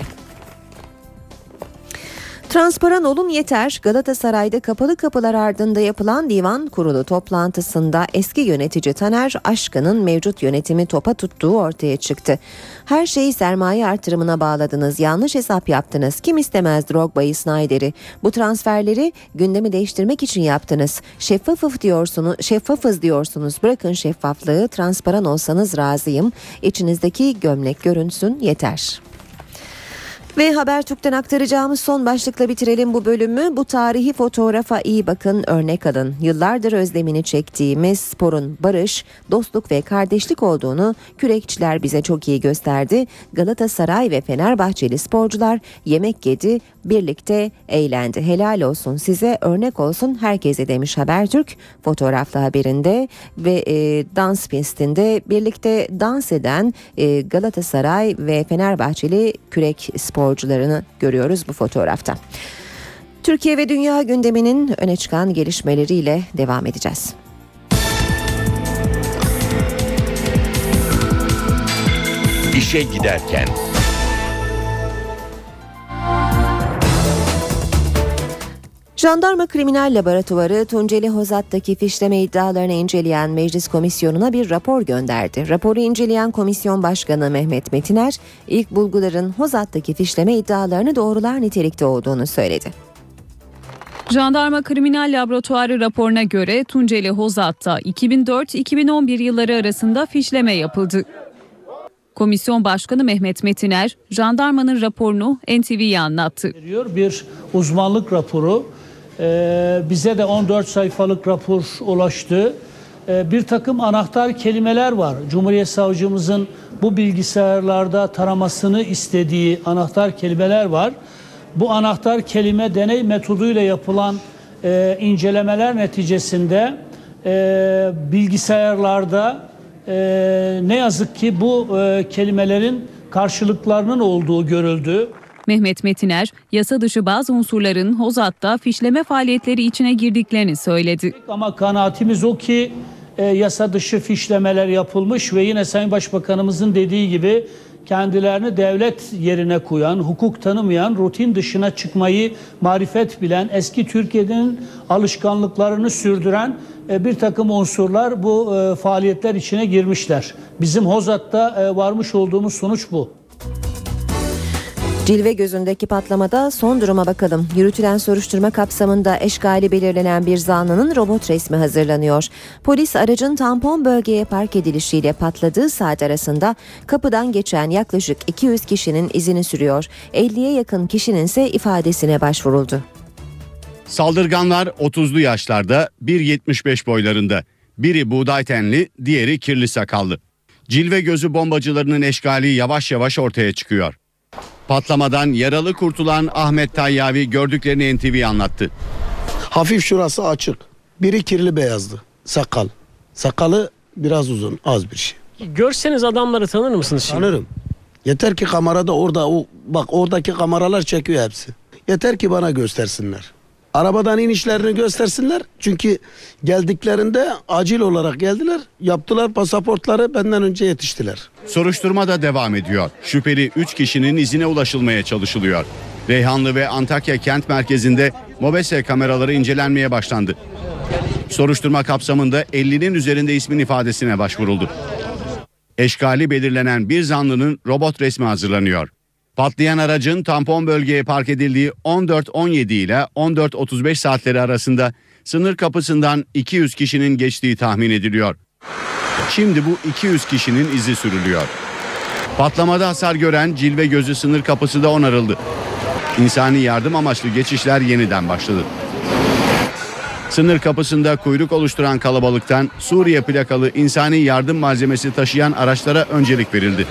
Transparan olun yeter. Galatasaray'da kapalı kapılar ardında yapılan divan kurulu toplantısında eski yönetici Taner Aşkan'ın mevcut yönetimi topa tuttuğu ortaya çıktı. Her şeyi sermaye artırımına bağladınız, yanlış hesap yaptınız. Kim istemez Drogba'yı, Snyder'i? Bu transferleri gündemi değiştirmek için yaptınız. Şeffafız diyorsunuz, şeffafız diyorsunuz. Bırakın şeffaflığı, transparan olsanız razıyım. İçinizdeki gömlek görünsün yeter. Ve Habertürk'ten aktaracağımız son başlıkla bitirelim bu bölümü. Bu tarihi fotoğrafa iyi bakın, örnek alın. Yıllardır özlemini çektiğimiz sporun barış, dostluk ve kardeşlik olduğunu kürekçiler bize çok iyi gösterdi. Galatasaray ve Fenerbahçeli sporcular yemek yedi, birlikte eğlendi. Helal olsun size, örnek olsun herkese demiş Habertürk fotoğraflı haberinde. Ve e, dans pistinde birlikte dans eden e, Galatasaray ve Fenerbahçeli kürek sporcularını görüyoruz bu fotoğrafta. Türkiye ve dünya gündeminin öne çıkan gelişmeleriyle devam edeceğiz. İşe giderken. Jandarma Kriminal Laboratuvarı Tunceli Hozat'taki fişleme iddialarını inceleyen Meclis Komisyonu'na bir rapor gönderdi. Raporu inceleyen Komisyon Başkanı Mehmet Metiner, ilk bulguların Hozat'taki fişleme iddialarını doğrular nitelikte olduğunu söyledi. Jandarma Kriminal Laboratuvarı raporuna göre Tunceli Hozat'ta iki bin dört iki bin on bir yılları arasında fişleme yapıldı. Komisyon Başkanı Mehmet Metiner, jandarmanın raporunu N T V'ye anlattı. Bir uzmanlık raporu, ee, bize de on dört sayfalık rapor ulaştı. Ee, bir takım anahtar kelimeler var. Cumhuriyet Savcımızın bu bilgisayarlarda taramasını istediği anahtar kelimeler var. Bu anahtar kelime deney metoduyla yapılan e, incelemeler neticesinde e, bilgisayarlarda e, ne yazık ki bu e, kelimelerin karşılıklarının olduğu görüldü. Mehmet Metiner, yasa dışı bazı unsurların Hozat'ta fişleme faaliyetleri içine girdiklerini söyledi. Ama kanaatimiz o ki e, yasa dışı fişlemeler yapılmış ve yine Sayın Başbakanımızın dediği gibi kendilerini devlet yerine koyan, hukuk tanımayan, rutin dışına çıkmayı marifet bilen, eski Türkiye'nin alışkanlıklarını sürdüren e, bir takım unsurlar bu e, faaliyetler içine girmişler. Bizim Hozat'ta e, varmış olduğumuz sonuç bu. Cilve gözündeki patlamada son duruma bakalım. Yürütülen soruşturma kapsamında eşkali belirlenen bir zanlının robot resmi hazırlanıyor. Polis aracın tampon bölgeye park edilişiyle patladığı saat arasında kapıdan geçen yaklaşık iki yüz kişinin izini sürüyor. elliye yakın kişinin ise ifadesine başvuruldu. Saldırganlar otuzlu yaşlarda, bir yetmiş beş boylarında. Biri buğday tenli, diğeri kirli sakallı. Cilve gözü bombacılarının eşkali yavaş yavaş ortaya çıkıyor. Patlamadan yaralı kurtulan Ahmet Tayyavi gördüklerini N T V'ye anlattı. Hafif şurası açık. Biri kirli beyazdı. Sakal. Sakalı biraz uzun, az bir şey. Görseniz adamları tanır mısınız şimdi? Tanırım. Yeter ki kamerada orada o bak oradaki kameralar çekiyor hepsi. Yeter ki bana göstersinler. Arabadan inişlerini göstersinler. Çünkü geldiklerinde acil olarak geldiler. Yaptılar pasaportları, benden önce yetiştiler. Soruşturma da devam ediyor. Şüpheli üç kişinin izine ulaşılmaya çalışılıyor. Reyhanlı ve Antakya kent merkezinde MOBESE kameraları incelenmeye başlandı. Soruşturma kapsamında ellinin üzerinde ismin ifadesine başvuruldu. Eşkali belirlenen bir zanlının robot resmi hazırlanıyor. Patlayan aracın tampon bölgeye park edildiği on dört on yedi ile on dört otuz beş saatleri arasında sınır kapısından iki yüz kişinin geçtiği tahmin ediliyor. Şimdi bu iki yüz kişinin izi sürülüyor. Patlamada hasar gören Cilve Gözü sınır kapısı da onarıldı. İnsani yardım amaçlı geçişler yeniden başladı. Sınır kapısında kuyruk oluşturan kalabalıktan Suriye plakalı insani yardım malzemesi taşıyan araçlara öncelik verildi.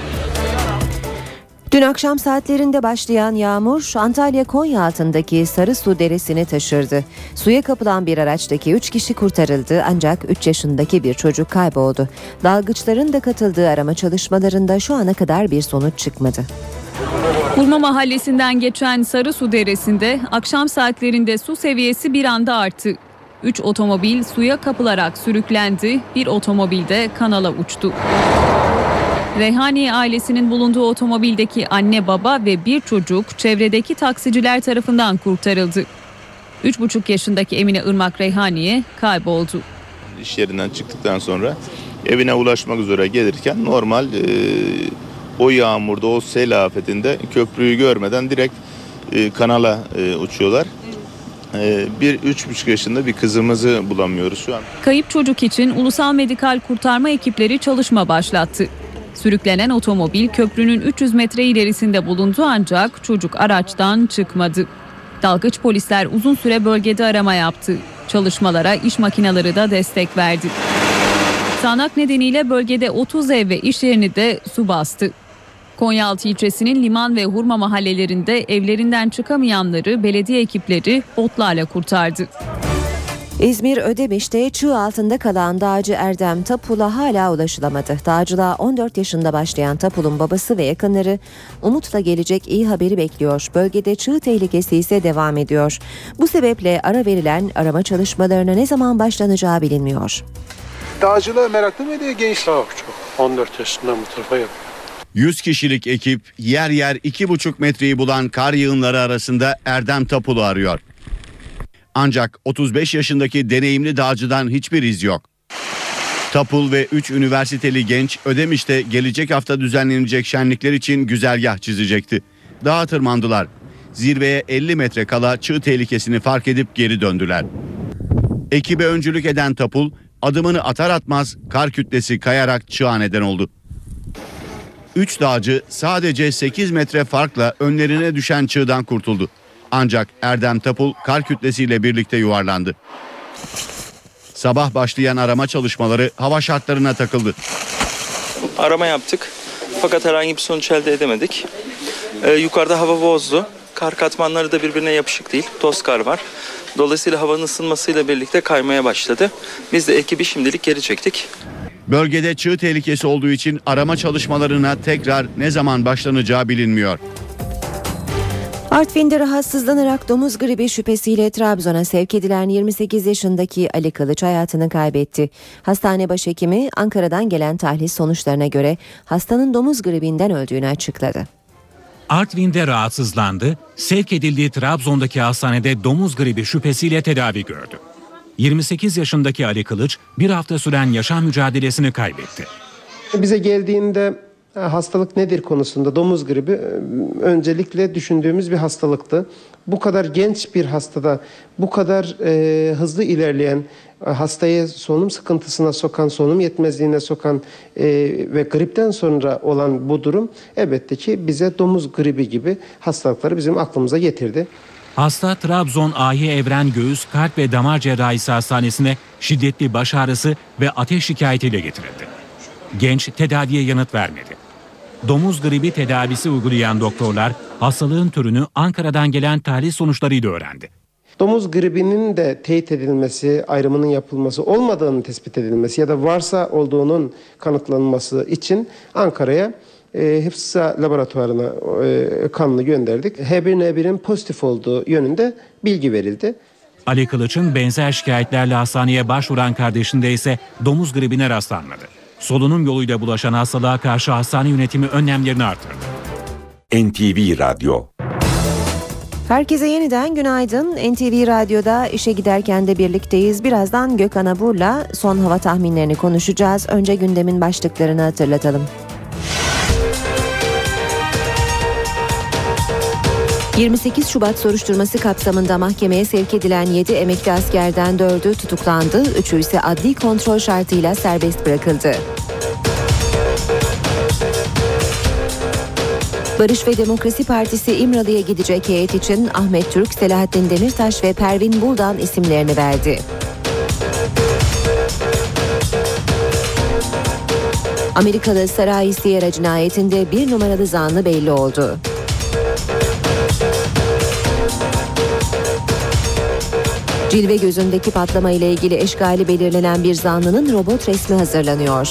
Dün akşam saatlerinde başlayan yağmur Antalya Konyaaltı'ndaki Sarısu Deresi'ni taşırdı. Suya kapılan bir araçtaki üç kişi kurtarıldı ancak üç yaşındaki bir çocuk kayboldu. Dalgıçların da katıldığı arama çalışmalarında şu ana kadar bir sonuç çıkmadı. Hurma Mahallesi'nden geçen Sarısu Deresi'nde akşam saatlerinde su seviyesi bir anda arttı. Üç otomobil suya kapılarak sürüklendi, bir otomobil de kanala uçtu. Reyhaniye ailesinin bulunduğu otomobildeki anne baba ve bir çocuk çevredeki taksiciler tarafından kurtarıldı. üç buçuk yaşındaki Emine Irmak Reyhaniye kayboldu. İş yerinden çıktıktan sonra evine ulaşmak üzere gelirken normal e, o yağmurda, o sel afetinde köprüyü görmeden direkt e, kanala e, uçuyorlar. E, bir üç buçuk yaşında bir kızımızı bulamıyoruz şu an. Kayıp çocuk için ulusal medikal kurtarma ekipleri çalışma başlattı. Sürüklenen otomobil köprünün üç yüz metre ilerisinde bulundu ancak çocuk araçtan çıkmadı. Dalgıç polisler uzun süre bölgede arama yaptı. Çalışmalara iş makineleri de destek verdi. Sağanak nedeniyle bölgede otuz ev ve iş yerini de su bastı. Konyaaltı ilçesinin Liman ve Hurma mahallelerinde evlerinden çıkamayanları belediye ekipleri botlarla kurtardı. İzmir Ödemiş'te çığ altında kalan dağcı Erdem Tapul'a hala ulaşılamadı. Dağcılığa on dört yaşında başlayan Tapul'un babası ve yakınları umutla gelecek iyi haberi bekliyor. Bölgede çığ tehlikesi ise devam ediyor. Bu sebeple ara verilen arama çalışmalarına ne zaman başlanacağı bilinmiyor. Dağcılığa meraklı mıydı genç? Çok çok. on dört yaşından bu tarafa yapıyor. yüz kişilik ekip yer yer iki buçuk metreyi bulan kar yığınları arasında Erdem Tapul'u arıyor. Ancak otuz beş yaşındaki deneyimli dağcıdan hiçbir iz yok. Tapul ve üç üniversiteli genç Ödemiş'te gelecek hafta düzenlenecek şenlikler için güzergah çizecekti. Dağa tırmandılar. Zirveye elli metre kala çığ tehlikesini fark edip geri döndüler. Ekibe öncülük eden Tapul adımını atar atmaz kar kütlesi kayarak çığa neden oldu. Üç dağcı sadece sekiz metre farkla önlerine düşen çığdan kurtuldu. Ancak Erdem Tapul kar kütlesiyle birlikte yuvarlandı. Sabah başlayan arama çalışmaları hava şartlarına takıldı. Arama yaptık fakat herhangi bir sonuç elde edemedik. Ee, yukarıda hava bozdu. Kar katmanları da birbirine yapışık değil. Toz kar var. Dolayısıyla havanın ısınmasıyla birlikte kaymaya başladı. Biz de ekibi şimdilik geri çektik. Bölgede çığ tehlikesi olduğu için arama çalışmalarına tekrar ne zaman başlanacağı bilinmiyor. Artvin'de rahatsızlanarak domuz gribi şüphesiyle Trabzon'a sevk edilen yirmi sekiz yaşındaki Ali Kılıç hayatını kaybetti. Hastane başhekimi Ankara'dan gelen tahlil sonuçlarına göre hastanın domuz gribinden öldüğünü açıkladı. Artvin'de rahatsızlandı, sevk edildiği Trabzon'daki hastanede domuz gribi şüphesiyle tedavi gördü. yirmi sekiz yaşındaki Ali Kılıç bir hafta süren yaşam mücadelesini kaybetti. Bize geldiğinde hastalık nedir konusunda domuz gribi öncelikle düşündüğümüz bir hastalıktı. Bu kadar genç bir hastada bu kadar e, hızlı ilerleyen, hastayı solunum sıkıntısına sokan, solunum yetmezliğine sokan e, ve gripten sonra olan bu durum elbette ki bize domuz gribi gibi hastalıkları bizim aklımıza getirdi. Hasta Trabzon A Y Evren Göğüs Kalp ve Damar Cerrahisi Hastanesi'ne şiddetli baş ağrısı ve ateş şikayetiyle getirildi. Genç tedaviye yanıt vermedi. Domuz gribi tedavisi uygulayan doktorlar hastalığın türünü Ankara'dan gelen tahlil sonuçlarıyla öğrendi. Domuz gribinin de teyit edilmesi, ayrımının yapılması, olmadığının tespit edilmesi ya da varsa olduğunun kanıtlanması için Ankara'ya e, Hıfzı Laboratuvarına e, kanını gönderdik. H bir N bir'in pozitif olduğu yönünde bilgi verildi. Ali Kılıç'ın benzer şikayetlerle hastaneye başvuran kardeşinde ise domuz gribine rastlanmadı. Solunum yoluyla bulaşan hastalığa karşı hastane yönetimi önlemlerini artırdı. N T V Radyo. Herkese yeniden günaydın. N T V Radyo'da işe giderken de birlikteyiz. Birazdan Gökhan Abur'la son hava tahminlerini konuşacağız. Önce gündemin başlıklarını hatırlatalım. yirmi sekiz Şubat soruşturması kapsamında mahkemeye sevk edilen yedi emekli askerden dördü tutuklandı, üçü ise adli kontrol şartıyla serbest bırakıldı. Barış ve Demokrasi Partisi İmralı'ya gidecek heyet için Ahmet Türk, Selahattin Demirtaş ve Pervin Buldan isimlerini verdi. Amerikalı Saray Sierra cinayetinde bir numaralı zanlı belli oldu. Cilve gözündeki patlama ile ilgili eşkali belirlenen bir zanlının robot resmi hazırlanıyor.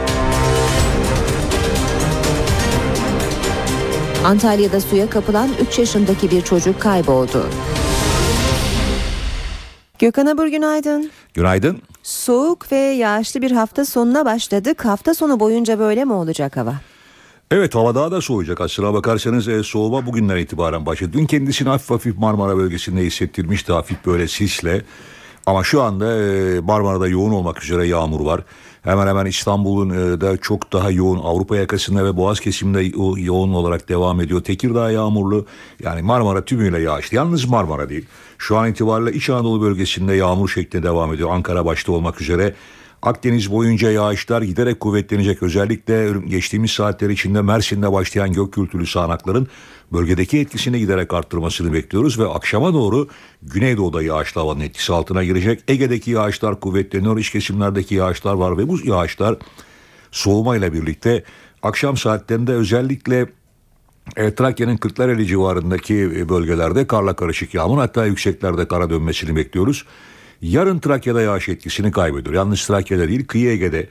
Antalya'da suya kapılan üç yaşındaki bir çocuk kayboldu. Gökhan Abur, günaydın. Günaydın. Soğuk ve yağışlı bir hafta sonuna başladık. Hafta sonu boyunca böyle mi olacak hava? Evet, hava daha da soğuyacak. Aslına bakarsanız e, soğuma bugünden itibaren başladı. Dün kendisini hafif hafif Marmara bölgesinde hissettirmişti, hafif böyle sisle. Ama şu anda e, Marmara'da yoğun olmak üzere yağmur var. Hemen hemen İstanbul'un e, da çok daha yoğun, Avrupa yakasında ve Boğaz kesiminde yo- yoğun olarak devam ediyor. Tekirdağ yağmurlu, yani Marmara tümüyle yağışlı. Yalnız Marmara değil. Şu an itibariyle İç Anadolu bölgesinde yağmur şeklinde devam ediyor. Ankara başta olmak üzere. Akdeniz boyunca yağışlar giderek kuvvetlenecek. Özellikle geçtiğimiz saatler içinde Mersin'de başlayan gök gürültülü sağanakların bölgedeki etkisini giderek arttırmasını bekliyoruz ve akşama doğru Güneydoğu'da yağışlı havanın etkisi altına girecek. Ege'deki yağışlar kuvvetleniyor, iç kesimlerdeki yağışlar var ve bu yağışlar soğumayla birlikte akşam saatlerinde özellikle E, Trakya'nın Kırklareli civarındaki bölgelerde karla karışık yağmur, hatta yükseklerde kara dönmesini bekliyoruz. Yarın Trakya'da yağış etkisini kaybediyor. Yalnız Trakya'da değil, kıyı Ege'de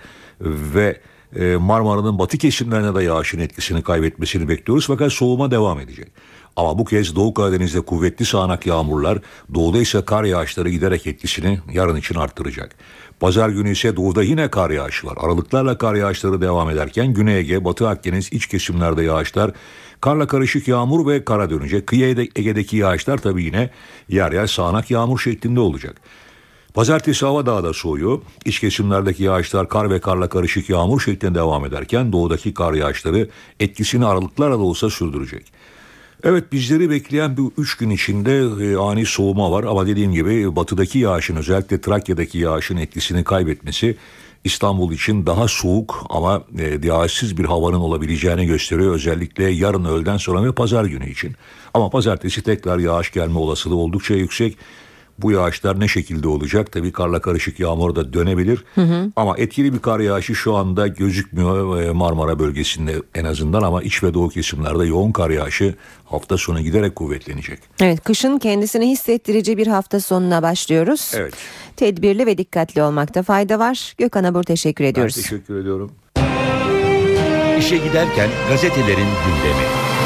ve e, Marmara'nın batı kesimlerine de yağışın etkisini kaybetmesini bekliyoruz. Fakat soğuma devam edecek. Ama bu kez Doğu Karadeniz'de kuvvetli sağanak yağmurlar, doğuda ise kar yağışları giderek etkisini yarın için arttıracak. Pazar günü ise doğuda yine kar yağışı var. Aralıklarla kar yağışları devam ederken Güney Ege, Batı Akdeniz, iç kesimlerde yağışlar, karla karışık yağmur ve kara dönecek. Kıyı Ege'deki yağışlar tabii yine yer yer sağanak yağmur şeklinde olacak. Pazartesi hava daha da soğuyor. İç kesimlerdeki yağışlar kar ve karla karışık yağmur şeklinde devam ederken doğudaki kar yağışları etkisini aralıklarla da olsa sürdürecek. Evet, bizleri bekleyen bu üç gün içinde e, ani soğuma var ama dediğim gibi batıdaki yağışın, özellikle Trakya'daki yağışın etkisini kaybetmesi İstanbul için daha soğuk ama e, yağışsız bir havanın olabileceğini gösteriyor. Özellikle yarın öğleden sonra ve pazar günü için. Ama pazartesi tekrar yağış gelme olasılığı oldukça yüksek. Bu yağışlar ne şekilde olacak? Tabii karla karışık yağmur da dönebilir. Hı hı. Ama etkili bir kar yağışı şu anda gözükmüyor Marmara bölgesinde en azından, ama iç ve doğu kesimlerde yoğun kar yağışı hafta sonu giderek kuvvetlenecek. Evet, kışın kendisini hissettirici bir hafta sonuna başlıyoruz. Evet. Tedbirli ve dikkatli olmakta fayda var. Gökhan Abur, teşekkür ediyoruz. Ben teşekkür ediyorum. İşe giderken gazetelerin gündemi.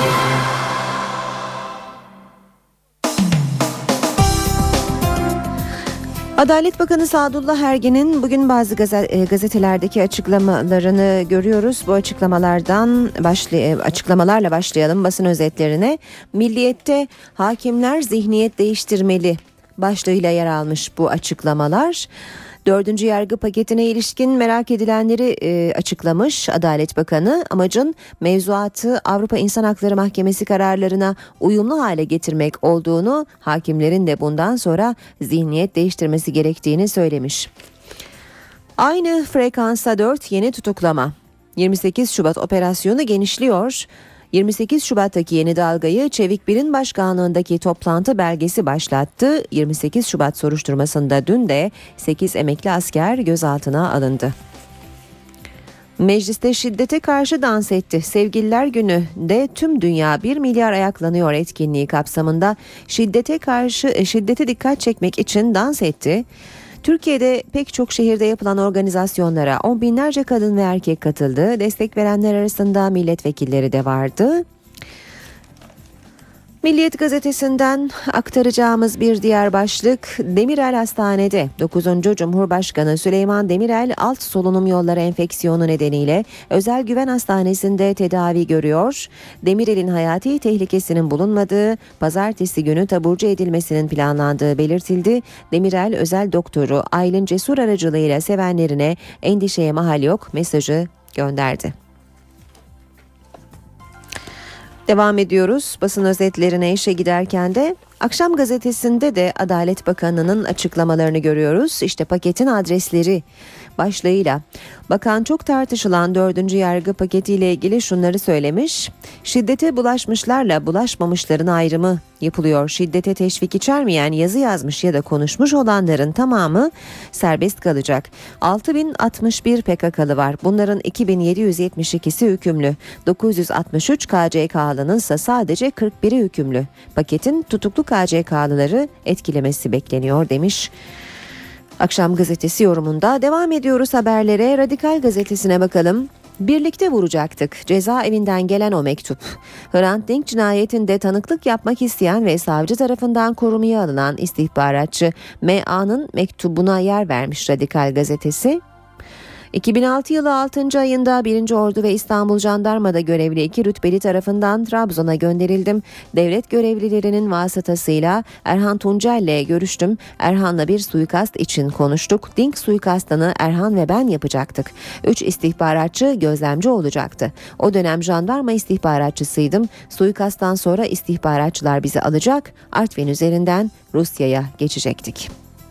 Adalet Bakanı Sadullah Ergin'in bugün bazı gazetelerdeki açıklamalarını görüyoruz. Bu açıklamalardan başlay- açıklamalarla başlayalım basın özetlerine. Milliyet'te hakimler zihniyet değiştirmeli başlığıyla yer almış bu açıklamalar. Dördüncü yargı paketine ilişkin merak edilenleri e, açıklamış Adalet Bakanı. Amacın mevzuatı Avrupa İnsan Hakları Mahkemesi kararlarına uyumlu hale getirmek olduğunu, hakimlerin de bundan sonra zihniyet değiştirmesi gerektiğini söylemiş. Aynı frekansta dört yeni tutuklama. yirmi sekiz Şubat operasyonu genişliyor. yirmi sekiz Şubat'taki yeni dalgayı Çevik Bir'in başkanlığındaki toplantı belgesi başlattı. yirmi sekiz Şubat soruşturmasında dün de sekiz emekli asker gözaltına alındı. Mecliste şiddete karşı dans etti. Sevgililer Günü'nde tüm dünya bir milyar ayaklanıyor etkinliği kapsamında şiddete karşı şiddete dikkat çekmek için dans etti. Türkiye'de pek çok şehirde yapılan organizasyonlara on binlerce kadın ve erkek katıldı. Destek verenler arasında milletvekilleri de vardı. Milliyet gazetesinden aktaracağımız bir diğer başlık, Demirel Hastanede. dokuzuncu Cumhurbaşkanı Süleyman Demirel alt solunum yolları enfeksiyonu nedeniyle özel güven hastanesinde tedavi görüyor. Demirel'in hayati tehlikesinin bulunmadığı, pazartesi günü taburcu edilmesinin planlandığı belirtildi. Demirel özel doktoru Aylin Cesur aracılığıyla sevenlerine endişeye mahal yok mesajı gönderdi. Devam ediyoruz basın özetlerine işe giderken de Akşam gazetesinde de Adalet Bakanı'nın açıklamalarını görüyoruz. İşte paketin adresleri başlığıyla. Bakan çok tartışılan dördüncü yargı paketiyle ilgili şunları söylemiş. Şiddete bulaşmışlarla bulaşmamışların ayrımı yapılıyor. Şiddete teşvik içermeyen yazı yazmış ya da konuşmuş olanların tamamı serbest kalacak. altı bin altmış bir P K K'lı var. Bunların iki bin yedi yüz yetmiş ikisi hükümlü. dokuz yüz altmış üç K C K'lının ise sadece kırk biri hükümlü. Paketin tutuklu K C K'lıları etkilemesi bekleniyor demiş. Akşam gazetesi yorumunda devam ediyoruz haberlere. Radikal gazetesine bakalım. Birlikte vuracaktık. Cezaevinden gelen o mektup. Hrant Dink cinayetinde tanıklık yapmak isteyen ve savcı tarafından korumaya alınan istihbaratçı M A'nın mektubuna yer vermiş Radikal gazetesi. iki bin altı yılı altıncı ayında birinci Ordu ve İstanbul Jandarma'da görevli iki rütbeli tarafından Trabzon'a gönderildim. Devlet görevlilerinin vasıtasıyla Erhan Tuncel'le görüştüm. Erhan'la bir suikast için konuştuk. Dink suikastını Erhan ve ben yapacaktık. Üç istihbaratçı gözlemci olacaktı. O dönem jandarma istihbaratçısıydım. Suikasttan sonra istihbaratçılar bizi alacak. Artvin üzerinden Rusya'ya geçecektik.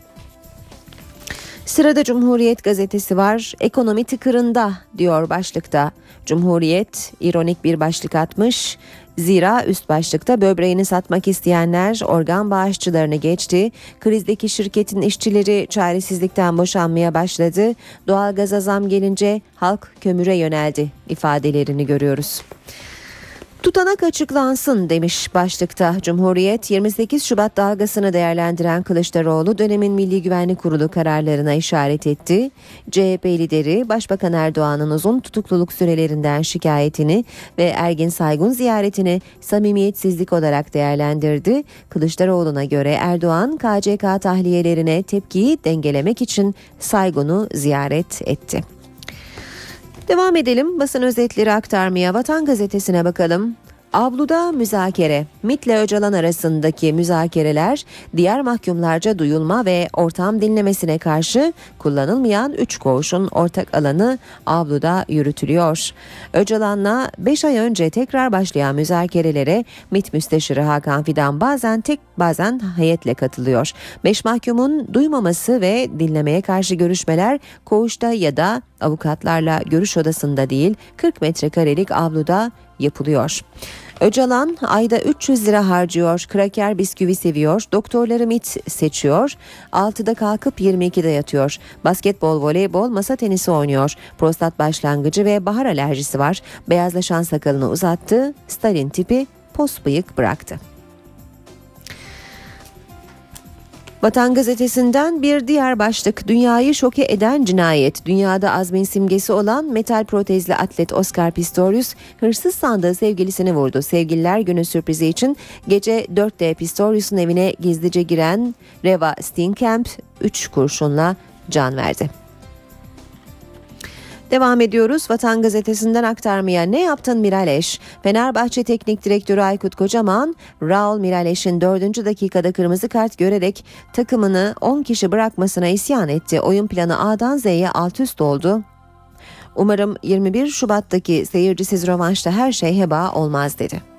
Sırada Cumhuriyet gazetesi var. Ekonomi tıkırında diyor başlıkta. Cumhuriyet ironik bir başlık atmış. Zira üst başlıkta böbreğini satmak isteyenler organ bağışçılarını geçti. Krizdeki şirketin işçileri çaresizlikten boşanmaya başladı. Doğalgaza zam gelince halk kömüre yöneldi ifadelerini görüyoruz. Tutanak açıklansın demiş başlıkta Cumhuriyet. yirmi sekiz Şubat dalgasını değerlendiren Kılıçdaroğlu dönemin Milli Güvenlik Kurulu kararlarına işaret etti. C H P lideri Başbakan Erdoğan'ın uzun tutukluluk sürelerinden şikayetini ve Ergin Saygun ziyaretini samimiyetsizlik olarak değerlendirdi. Kılıçdaroğlu'na göre Erdoğan K C K tahliyelerine tepkiyi dengelemek için Saygun'u ziyaret etti. Devam edelim basın özetleri aktarmaya. Vatan gazetesine bakalım. Avluda müzakere. MİT'le Öcalan arasındaki müzakereler diğer mahkumlarca duyulma ve ortam dinlemesine karşı kullanılmayan üç koğuşun ortak alanı avluda yürütülüyor. Öcalan'la beş ay önce tekrar başlayan müzakerelere MİT Müsteşarı Hakan Fidan bazen tek bazen heyetle katılıyor. beş mahkumun duymaması ve dinlemeye karşı görüşmeler koğuşta ya da avukatlarla görüş odasında değil kırk metrekarelik avluda yapılıyor. Öcalan ayda üç yüz lira harcıyor, kraker bisküvi seviyor, doktorları MİT seçiyor, altıda kalkıp yirmi ikide yatıyor, basketbol, voleybol, masa tenisi oynuyor, prostat başlangıcı ve bahar alerjisi var, beyazlaşan sakalını uzattı, Stalin tipi pos bıyık bıraktı. Vatan gazetesinden bir diğer başlık, dünyayı şoke eden cinayet. Dünyada azmin simgesi olan metal protezli atlet Oscar Pistorius hırsız sandığı sevgilisini vurdu. Sevgililer günü sürprizi için gece dörtte Pistorius'un evine gizlice giren Reva Steenkamp üç kurşunla can verdi. Devam ediyoruz. Vatan gazetesinden aktarmaya ne yaptın Miraleş? Fenerbahçe Teknik Direktörü Aykut Kocaman, Raul Mirales'in dördüncü dakikada kırmızı kart görerek takımını on kişi bırakmasına isyan etti. Oyun planı A'dan Z'ye alt üst oldu. Umarım yirmi bir Şubat'taki seyircisiz rövanşta her şey heba olmaz dedi.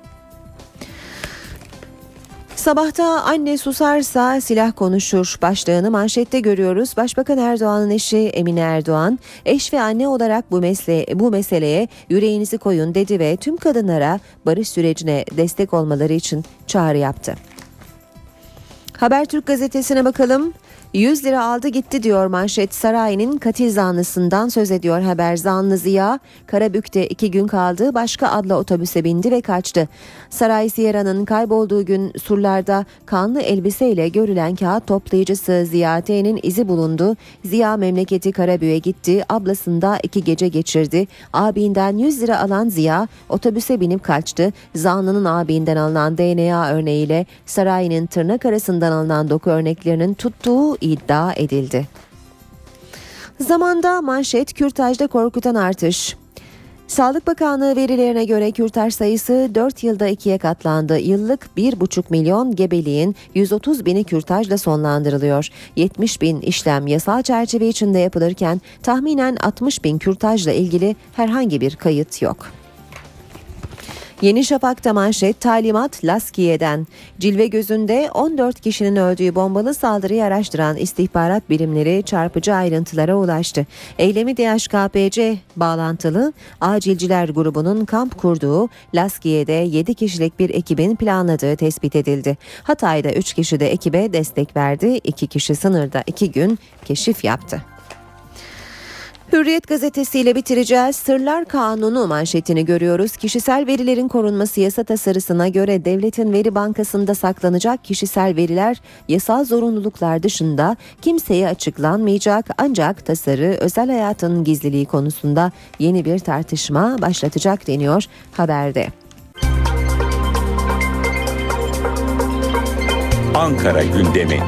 Sabahta anne susarsa silah konuşur başlığını manşette görüyoruz. Başbakan Erdoğan'ın eşi Emine Erdoğan, eş ve anne olarak bu mesele bu meseleye yüreğinizi koyun dedi ve tüm kadınlara barış sürecine destek olmaları için çağrı yaptı. Habertürk gazetesine bakalım. yüz lira aldı gitti diyor manşet. Sarayinin katil zanlısından söz ediyor haber. Zanlı Ziya Karabük'te iki gün kaldı, başka adla otobüse bindi ve kaçtı. Saray Sierra'nın kaybolduğu gün surlarda kanlı elbiseyle görülen kağıt toplayıcısı Ziya T'nin izi bulundu. Ziya memleketi Karabük'e gitti, ablasında iki gece geçirdi. Abinden yüz lira alan Ziya otobüse binip kaçtı. Zanlının abinden alınan D N A örneğiyle sarayının tırnak arasından alınan doku örneklerinin tuttuğu iddia edildi. Zamanda manşet kürtajda korkutan artış. Sağlık Bakanlığı verilerine göre kürtaj sayısı dört yılda ikiye katlandı. Yıllık bir buçuk milyon gebeliğin yüz otuz bini kürtajla sonlandırılıyor. yetmiş bin işlem yasal çerçeve içinde yapılırken tahminen altmış bin kürtajla ilgili herhangi bir kayıt yok. Yeni Şafak'ta manşet talimat Laskiye'den. Cilve gözünde on dört kişinin öldüğü bombalı saldırıyı araştıran istihbarat birimleri çarpıcı ayrıntılara ulaştı. Eylemi D H K P C bağlantılı Acilciler grubunun kamp kurduğu Laskiye'de yedi kişilik bir ekibin planladığı tespit edildi. Hatay'da üç kişi de ekibe destek verdi. iki kişi sınırda iki gün keşif yaptı. Hürriyet gazetesiyle bitireceğiz. Sırlar Kanunu manşetini görüyoruz. Kişisel verilerin korunması yasa tasarısına göre devletin veri bankasında saklanacak kişisel veriler yasal zorunluluklar dışında kimseye açıklanmayacak. Ancak tasarı özel hayatın gizliliği konusunda yeni bir tartışma başlatacak deniyor haberde. Ankara gündemi.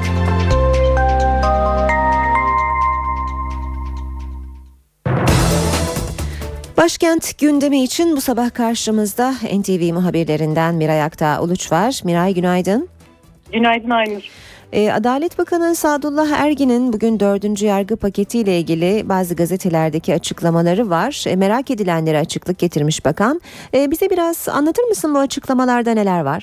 Başkent gündemi için bu sabah karşımızda N T V muhabirlerinden Miray Aktağ Uluç var. Miray günaydın. Günaydın Aynur. Ee, Adalet Bakanı Sadullah Ergin'in bugün dördüncü yargı paketiyle ilgili bazı gazetelerdeki açıklamaları var. E, merak edilenlere açıklık getirmiş bakan. E, bize biraz anlatır mısın bu açıklamalarda neler var?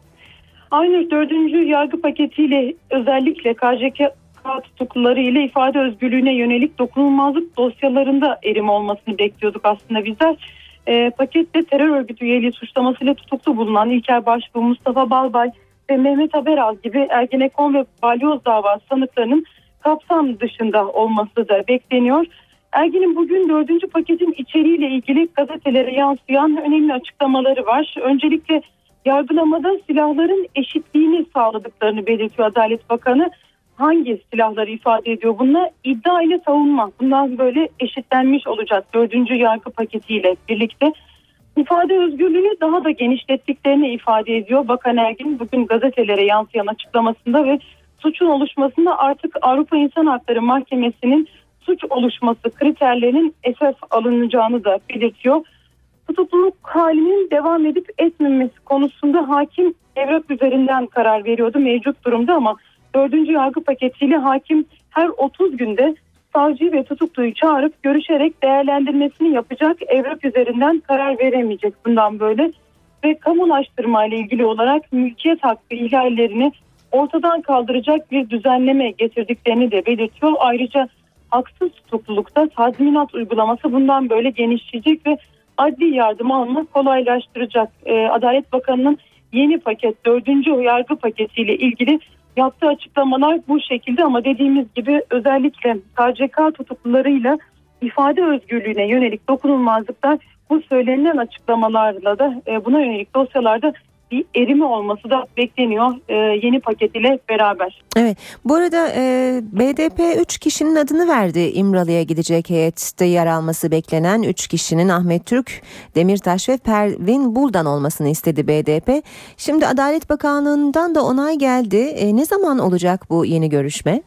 Aynur dördüncü yargı paketiyle özellikle K C K tutukluları ile ifade özgürlüğüne yönelik dokunulmazlık dosyalarında erim olmasını bekliyorduk aslında bizler. E, pakette terör örgütü üyeliği suçlamasıyla tutuklu bulunan İlker Başbuğ, Mustafa Balbay ve Mehmet Haberaz gibi Ergenekon ve Balyoz davası sanıklarının kapsam dışında olması da bekleniyor. Ergin'in bugün dördüncü paketin içeriğiyle ilgili gazetelere yansıyan önemli açıklamaları var. Öncelikle yargılamada silahların eşitliğini sağladıklarını belirtiyor Adalet Bakanı. Hangi silahları ifade ediyor bununla? İddia ile savunma. Bundan böyle eşitlenmiş olacak dördüncü yargı paketiyle birlikte. İfade özgürlüğünü daha da genişlettiklerini ifade ediyor. Bakan Ergin bugün gazetelere yansıyan açıklamasında ve suçun oluşmasında artık Avrupa İnsan Hakları Mahkemesi'nin suç oluşması kriterlerinin esas alınacağını da belirtiyor. Tutukluluk halinin devam edip etmemesi konusunda hakim evrak üzerinden karar veriyordu mevcut durumda ama dördüncü yargı paketiyle hakim her otuz günde savcıyı ve tutukluyu çağırıp görüşerek değerlendirmesini yapacak, evrak üzerinden karar veremeyecek bundan böyle. Ve kamulaştırma ile ilgili olarak mülkiyet hakkı ihlallerini ortadan kaldıracak bir düzenleme getirdiklerini de belirtiyor. Ayrıca haksız tutuklulukta tazminat uygulaması bundan böyle genişleyecek ve adli yardım alma kolaylaştıracak. Ee, Adalet Bakanı'nın yeni paket dördüncü yargı paketiyle ilgili yaptığı açıklamalar bu şekilde ama dediğimiz gibi özellikle K C K tutuklularıyla ifade özgürlüğüne yönelik dokunulmazlıklar bu söylenilen açıklamalarla da e, buna yönelik dosyalarda bir erime olması da bekleniyor e, yeni paket ile beraber. Evet, bu arada e, B D P üç kişinin adını verdi. İmralı'ya gidecek heyette yer alması beklenen üç kişinin Ahmet Türk, Demirtaş ve Pervin Buldan olmasını istedi B D P. Şimdi Adalet Bakanlığı'ndan da onay geldi. E, ne zaman olacak bu yeni görüşme?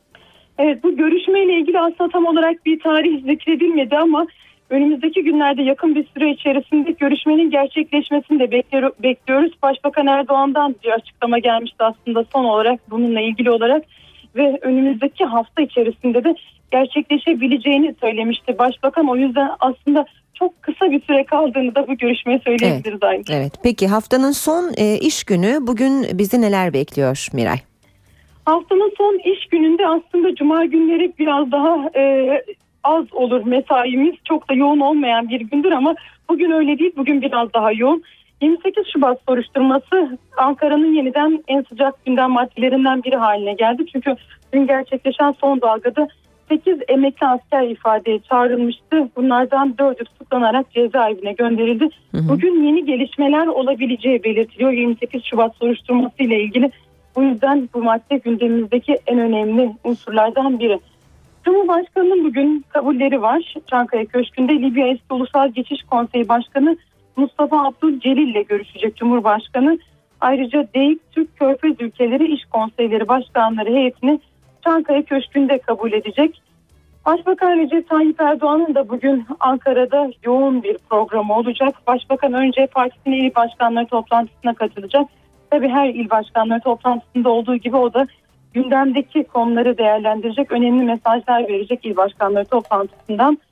Evet, bu görüşmeyle ilgili aslında tam olarak bir tarih zikredilmedi ama önümüzdeki günlerde yakın bir süre içerisinde görüşmenin gerçekleşmesini de bekliyoruz. Başbakan Erdoğan'dan bir açıklama gelmişti aslında son olarak bununla ilgili olarak ve önümüzdeki hafta içerisinde de gerçekleşebileceğini söylemişti Başbakan. O yüzden aslında çok kısa bir süre kaldığını da bu görüşmeye söyleyebiliriz evet. aynı. Evet. Peki haftanın son e, iş günü bugün bizi neler bekliyor Miray? Haftanın son iş gününde aslında cuma günleri biraz daha e, az olur mesaimiz. Çok da yoğun olmayan bir gündür ama bugün öyle değil. Bugün biraz daha yoğun. yirmi sekiz Şubat soruşturması Ankara'nın yeniden en sıcak gündem maddelerinden biri haline geldi. Çünkü dün gerçekleşen son dalgada sekiz emekli asker ifadeye çağrılmıştı. Bunlardan dördü tutuklanarak cezaevine gönderildi. Hı hı. Bugün yeni gelişmeler olabileceği belirtiliyor yirmi sekiz Şubat soruşturması ile ilgili. Bu yüzden bu madde gündemimizdeki en önemli unsurlardan biri. Cumhurbaşkanı'nın bugün kabulleri var. Çankaya Köşkü'nde Libya Eski Ulusal Geçiş Konseyi Başkanı Mustafa Abdülcelil ile görüşecek Cumhurbaşkanı. Ayrıca D İ K Türk Körfez Ülkeleri İş Konseyleri Başkanları heyetini Çankaya Köşkü'nde kabul edecek. Başbakan Recep Tayyip Erdoğan'ın da bugün Ankara'da yoğun bir programı olacak. Başbakan önce partisinin il başkanları toplantısına katılacak. Tabii her il başkanları toplantısında olduğu gibi o da gündemdeki konuları değerlendirecek, önemli mesajlar verecek il başkanları toplantısından.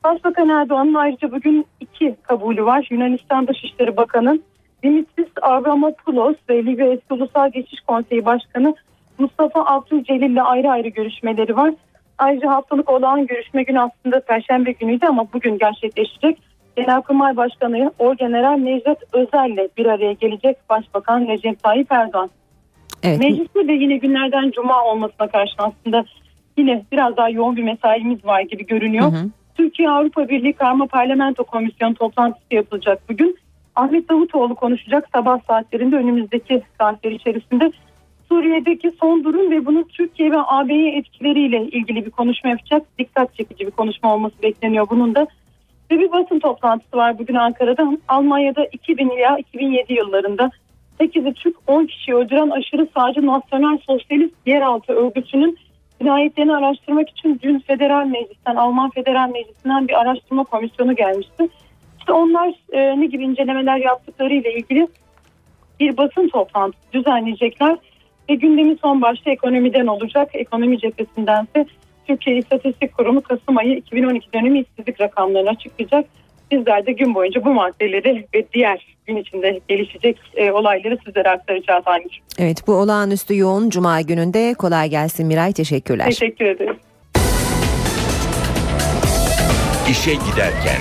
Başbakan Erdoğan'ın ayrıca bugün iki kabulü var. Yunanistan Dışişleri Bakanı Dimitris Avramopoulos ve Libya Eski Ulusal Geçiş Konseyi Başkanı Mustafa Abdülcelil ile ayrı ayrı görüşmeleri var. Ayrıca haftalık olağan görüşme günü aslında Perşembe günüydü ama bugün gerçekleşecek. Genelkurmay Başkanı Orgeneral Necdet Özel ile bir araya gelecek Başbakan Recep Tayyip Erdoğan. Evet. Mecliste de yine günlerden cuma olmasına karşın aslında yine biraz daha yoğun bir mesaimiz var gibi görünüyor. Hı hı. Türkiye Avrupa Birliği Karma Parlamento Komisyonu toplantısı yapılacak bugün. Ahmet Davutoğlu konuşacak sabah saatlerinde, önümüzdeki saatler içerisinde. Suriye'deki son durum ve bunun Türkiye ve A B'ye etkileriyle ilgili bir konuşma yapacak. Dikkat çekici bir konuşma olması bekleniyor bunun da. Ve bir basın toplantısı var bugün Ankara'da. Almanya'da iki bin ila iki bin yedi yıllarında sekizi Türk, on kişiyi öldüren aşırı sağcı Nasyonal Sosyalist Yeraltı Örgütü'nün cinayetlerini araştırmak için dün Federal Meclis'ten, Alman Federal Meclisi'nden bir araştırma komisyonu gelmişti. İşte onlar e, ne gibi incelemeler yaptıkları ile ilgili bir basın toplantısı düzenleyecekler. Ve gündemin son başta ekonomiden olacak. Ekonomi cephesindense Türkiye İstatistik Kurumu Kasım ayı iki bin on iki dönemi işsizlik rakamlarını açıklayacak. Bizler de gün boyunca bu maddeleri ve diğer gün içinde gelişecek e, olayları sizlere aktaracağız anneciğim. Evet, bu olağanüstü yoğun Cuma gününde kolay gelsin Miray, teşekkürler. Teşekkür ederim. İşe giderken.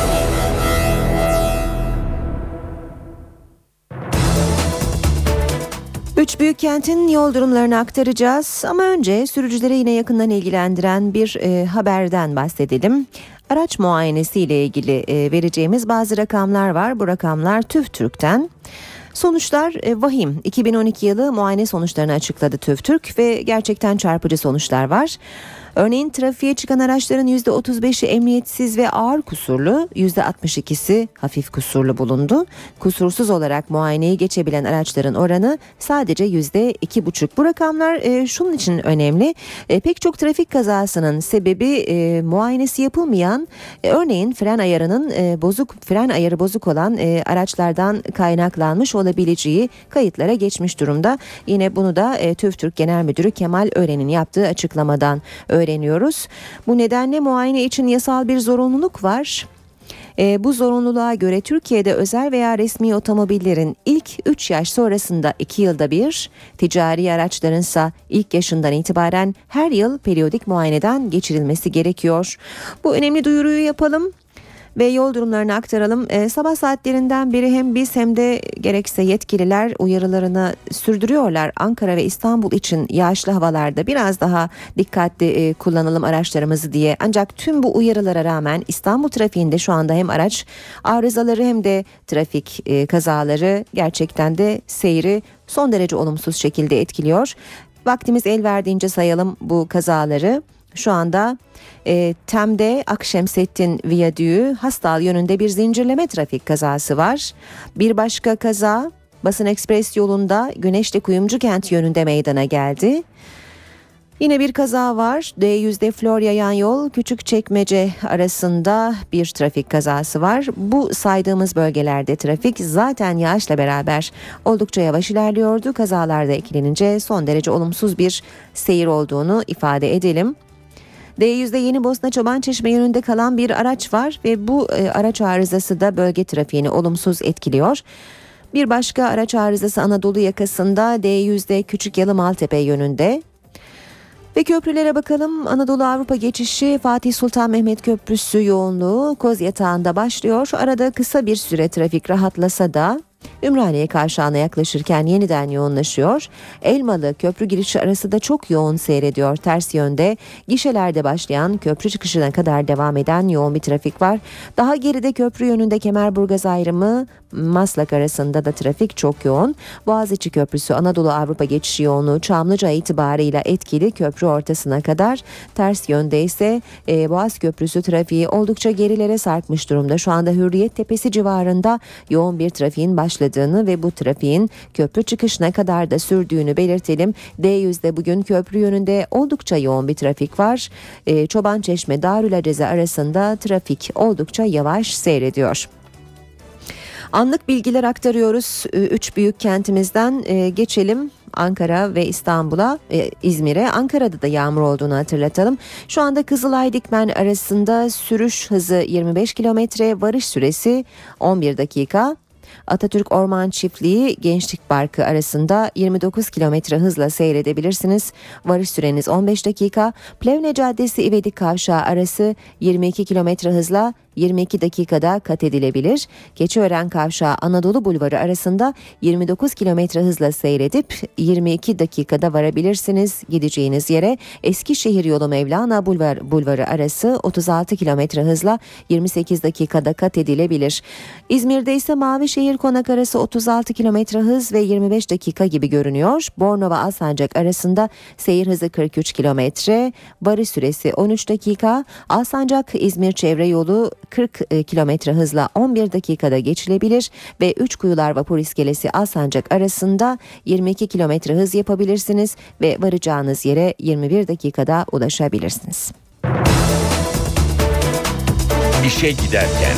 Üç büyük kentin yol durumlarını aktaracağız ama önce sürücüleri yine yakından ilgilendiren bir e, haberden bahsedelim. Araç muayenesi ile ilgili e, vereceğimiz bazı rakamlar var. Bu rakamlar TÜVTÜRK'ten. Sonuçlar e, vahim. iki bin on iki yılı muayene sonuçlarını açıkladı TÜVTÜRK ve gerçekten çarpıcı sonuçlar var. Örneğin trafiğe çıkan araçların yüzde otuz beşi emniyetsiz ve ağır kusurlu, yüzde altmış ikisi hafif kusurlu bulundu. Kusursuz olarak muayeneyi geçebilen araçların oranı sadece yüzde iki buçuk. Bu rakamlar e, şunun için önemli. E, pek çok trafik kazasının sebebi e, muayenesi yapılmayan, e, örneğin fren ayarının e, bozuk, fren ayarı bozuk olan e, araçlardan kaynaklanmış olabileceği kayıtlara geçmiş durumda. Yine bunu da e, TÜVTÜRK Genel Müdürü Kemal Ören'in yaptığı açıklamadan öğreniyoruz. öğreniyoruz. Bu nedenle muayene için yasal bir zorunluluk var. E, bu zorunluluğa göre Türkiye'de özel veya resmi otomobillerin ilk üç yaş sonrasında iki yılda bir, ticari araçlarınsa ilk yaşından itibaren her yıl periyodik muayeneden geçirilmesi gerekiyor. Bu önemli duyuruyu yapalım ve yol durumlarını aktaralım. Ee, sabah saatlerinden beri hem biz hem de gerekse yetkililer uyarılarını sürdürüyorlar. Ankara ve İstanbul için yağışlı havalarda biraz daha dikkatli e, kullanalım araçlarımızı diye. Ancak tüm bu uyarılara rağmen İstanbul trafiğinde şu anda hem araç arızaları hem de trafik e, kazaları gerçekten de seyri son derece olumsuz şekilde etkiliyor. Vaktimiz el verdiğince sayalım bu kazaları. Şu anda e, Tem'de Akşemseddin Viyadüğü Hastal yönünde bir zincirleme trafik kazası var. Bir başka kaza Basın Ekspres yolunda Güneşli Kuyumcukent yönünde meydana geldi. Yine bir kaza var. D yüzde Florya yan yol Küçükçekmece arasında bir trafik kazası var. Bu saydığımız bölgelerde trafik zaten yağışla beraber oldukça yavaş ilerliyordu. Kazalarda eklenince son derece olumsuz bir seyir olduğunu ifade edelim. D yüzde Yeni Bosna Çobançeşme yönünde kalan bir araç var ve bu e, araç arızası da bölge trafiğini olumsuz etkiliyor. Bir başka araç arızası Anadolu yakasında D yüzde Küçükyalı Maltepe yönünde. Ve köprülere bakalım. Anadolu Avrupa geçişi Fatih Sultan Mehmet Köprüsü yoğunluğu Kozyatağı'nda başlıyor. Arada kısa bir süre trafik rahatlasa da Ümraniye Kavşağı'na yaklaşırken yeniden yoğunlaşıyor. Elmalı köprü girişi arası da çok yoğun seyrediyor. Ters yönde gişelerde başlayan köprü çıkışına kadar devam eden yoğun bir trafik var. Daha geride köprü yönünde Kemerburgaz ayrımı Maslak arasında da trafik çok yoğun. Boğaziçi Köprüsü Anadolu Avrupa geçişi yoğunluğu Çamlıca itibarıyla etkili köprü ortasına kadar. Ters yönde ise e, Boğaz Köprüsü trafiği oldukça gerilere sarkmış durumda. Şu anda Hürriyet Tepesi civarında yoğun bir trafiğin başladığını ve bu trafiğin köprü çıkışına kadar da sürdüğünü belirtelim. D yüzde bugün köprü yönünde oldukça yoğun bir trafik var. E, Çobançeşme Darülaceze arasında trafik oldukça yavaş seyrediyor. Anlık bilgiler aktarıyoruz. Üç büyük kentimizden e, geçelim Ankara ve İstanbul'a, e, İzmir'e. Ankara'da da yağmur olduğunu hatırlatalım. Şu anda Kızılay Dikmen arasında sürüş hızı yirmi beş kilometre, varış süresi on bir dakika. Atatürk Orman Çiftliği Gençlik Parkı arasında yirmi dokuz kilometre hızla seyredebilirsiniz. Varış süreniz on beş dakika. Plevne Caddesi İvedik Kavşağı arası yirmi iki kilometre hızla yirmi iki dakikada kat edilebilir. Keçiören Kavşağı Anadolu Bulvarı arasında yirmi dokuz kilometre hızla seyredip yirmi iki dakikada varabilirsiniz gideceğiniz yere. Eskişehir yolu Mevlana Bulvar, Bulvarı arası otuz altı kilometre hızla yirmi sekiz dakikada kat edilebilir. İzmir'de ise Mavişehir Konak arası otuz altı kilometre hız ve yirmi beş dakika gibi görünüyor. Bornova Alsancak arasında seyir hızı kırk üç kilometre, varış süresi on üç dakika. Alsancak İzmir çevre yolu kırk kilometre hızla on bir dakikada geçilebilir ve Üçkuyular Vapur İskelesi Alsancak arasında yirmi iki kilometre hız yapabilirsiniz ve varacağınız yere yirmi bir dakikada ulaşabilirsiniz. İşe giderken.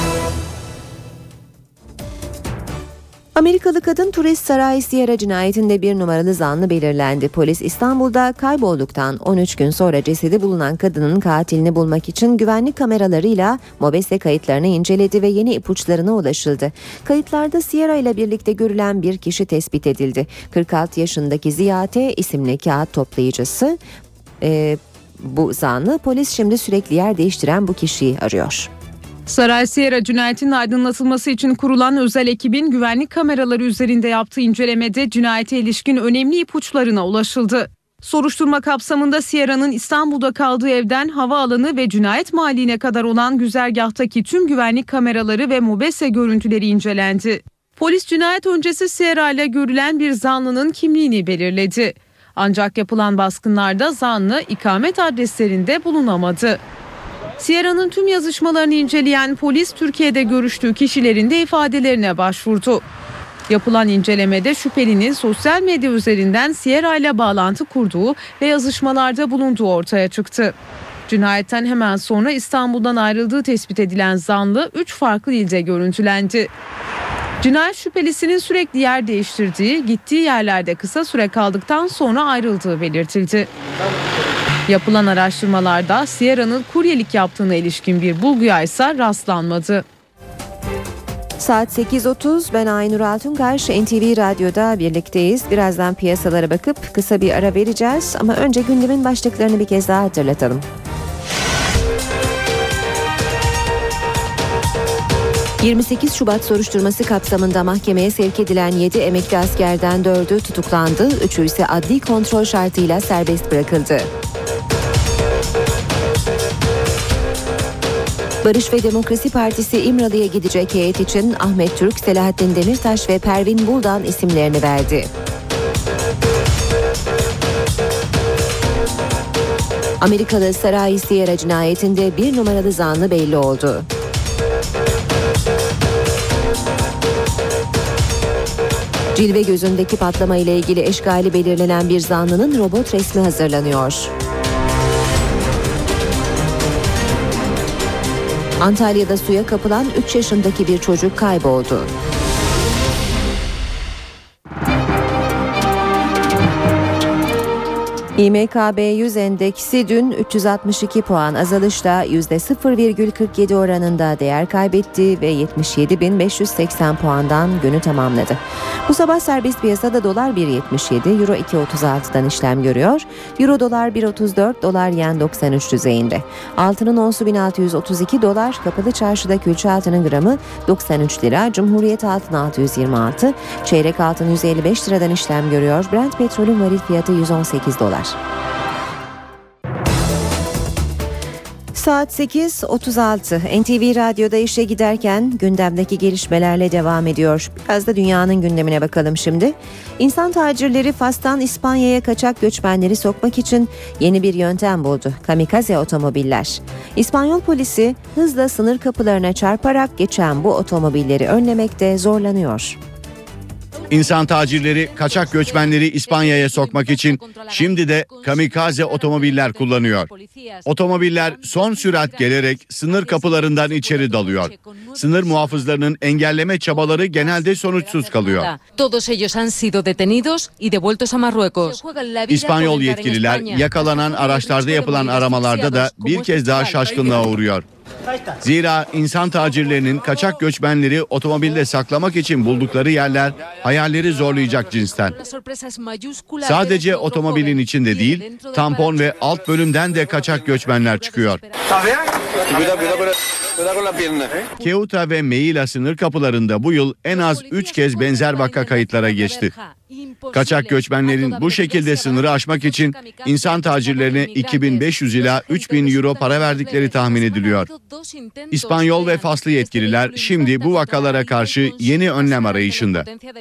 Amerikalı kadın turist Saray Sierra cinayetinde bir numaralı zanlı belirlendi. Polis İstanbul'da kaybolduktan on üç gün sonra cesedi bulunan kadının katilini bulmak için güvenlik kameralarıyla mobese kayıtlarını inceledi ve yeni ipuçlarına ulaşıldı. Kayıtlarda Sierra ile birlikte görülen bir kişi tespit edildi. kırk altı yaşındaki Ziya T. isimli kağıt toplayıcısı. Ee, bu zanlı polis şimdi sürekli yer değiştiren bu kişiyi arıyor. Saray Sierra cinayetinin aydınlatılması için kurulan özel ekibin güvenlik kameraları üzerinde yaptığı incelemede cinayete ilişkin önemli ipuçlarına ulaşıldı. Soruşturma kapsamında Sierra'nın İstanbul'da kaldığı evden havaalanı ve cinayet mahalline kadar olan güzergahtaki tüm güvenlik kameraları ve mobese görüntüleri incelendi. Polis cinayet öncesi Sierra ile görülen bir zanlının kimliğini belirledi. Ancak yapılan baskınlarda zanlı ikamet adreslerinde bulunamadı. Sierra'nın tüm yazışmalarını inceleyen polis Türkiye'de görüştüğü kişilerin de ifadelerine başvurdu. Yapılan incelemede şüphelinin sosyal medya üzerinden Sierra ile bağlantı kurduğu ve yazışmalarda bulunduğu ortaya çıktı. Cinayetten hemen sonra İstanbul'dan ayrıldığı tespit edilen zanlı üç farklı ilde görüntülendi. Cinayet şüphelisinin sürekli yer değiştirdiği, gittiği yerlerde kısa süre kaldıktan sonra ayrıldığı belirtildi. Yapılan araştırmalarda Sierra'nın kuryelik yaptığına ilişkin bir bulguya ise rastlanmadı. Saat sekiz otuz, ben Aynur Altunkaş, N T V Radyo'da birlikteyiz. Birazdan piyasalara bakıp kısa bir ara vereceğiz ama önce gündemin başlıklarını bir kez daha hatırlatalım. yirmi sekiz Şubat soruşturması kapsamında mahkemeye sevk edilen yedi emekli askerden dördü tutuklandı, üçü ise adli kontrol şartıyla serbest bırakıldı. Barış ve Demokrasi Partisi İmralı'ya gidecek heyet için Ahmet Türk, Selahattin Demirtaş ve Pervin Buldan isimlerini verdi. Amerikalı Saray Sierra cinayetinde bir numaralı zanlı belli oldu. Cilve gözündeki patlama ile ilgili eşkali belirlenen bir zanlının robot resmi hazırlanıyor. Antalya'da suya kapılan üç yaşındaki bir çocuk kayboldu. İ M K B yüz endeksi dün üç yüz altmış iki puan azalışla yüzde sıfır virgül kırk yedi oranında değer kaybetti ve yetmiş yedi bin beş yüz seksen puandan günü tamamladı. Bu sabah serbest piyasada dolar bir virgül yetmiş yedi, euro iki virgül otuz altıdan işlem görüyor. Euro dolar bir virgül otuz dört, dolar yen doksan üç düzeyinde. Altının onsu bin altı yüz otuz iki dolar, kapalı çarşıda külçe altının gramı doksan üç lira, Cumhuriyet altın altı yüz yirmi altı, çeyrek altın yüz elli beş liradan işlem görüyor. Brent petrolün varil fiyatı yüz on sekiz dolar. Saat sekiz otuz altı. N T V Radyo'da işe giderken gündemdeki gelişmelerle devam ediyor. Biraz da dünyanın gündemine bakalım şimdi. İnsan tacirleri Fas'tan İspanya'ya kaçak göçmenleri sokmak için yeni bir yöntem buldu. Kamikaze otomobiller. İspanyol polisi hızla sınır kapılarına çarparak geçen bu otomobilleri önlemekte zorlanıyor. İnsan tacirleri kaçak göçmenleri İspanya'ya sokmak için şimdi de kamikaze otomobiller kullanıyor. Otomobiller son sürat gelerek sınır kapılarından içeri dalıyor. Sınır muhafızlarının engelleme çabaları genelde sonuçsuz kalıyor. Todos ellos han sido detenidos y devueltos a Marruecos. İspanyol yetkililer yakalanan araçlarda yapılan aramalarda da bir kez daha şaşkınlığa uğruyor. Zira insan tacirlerinin kaçak göçmenleri otomobilde saklamak için buldukları yerler hayalleri zorlayacak cinsten. Sadece otomobilin içinde değil, tampon ve alt bölümden de kaçak göçmenler çıkıyor. Ceuta ve Melilla sınır kapılarında bu yıl en az üç kez benzer vaka kayıtlara geçti. Kaçak göçmenlerin bu şekilde sınırı aşmak için insan tacirlerine iki bin beş yüz ila üç bin euro para verdikleri tahmin ediliyor. İspanyol ve Faslı yetkililer şimdi bu vakalara karşı yeni önlem arayışında.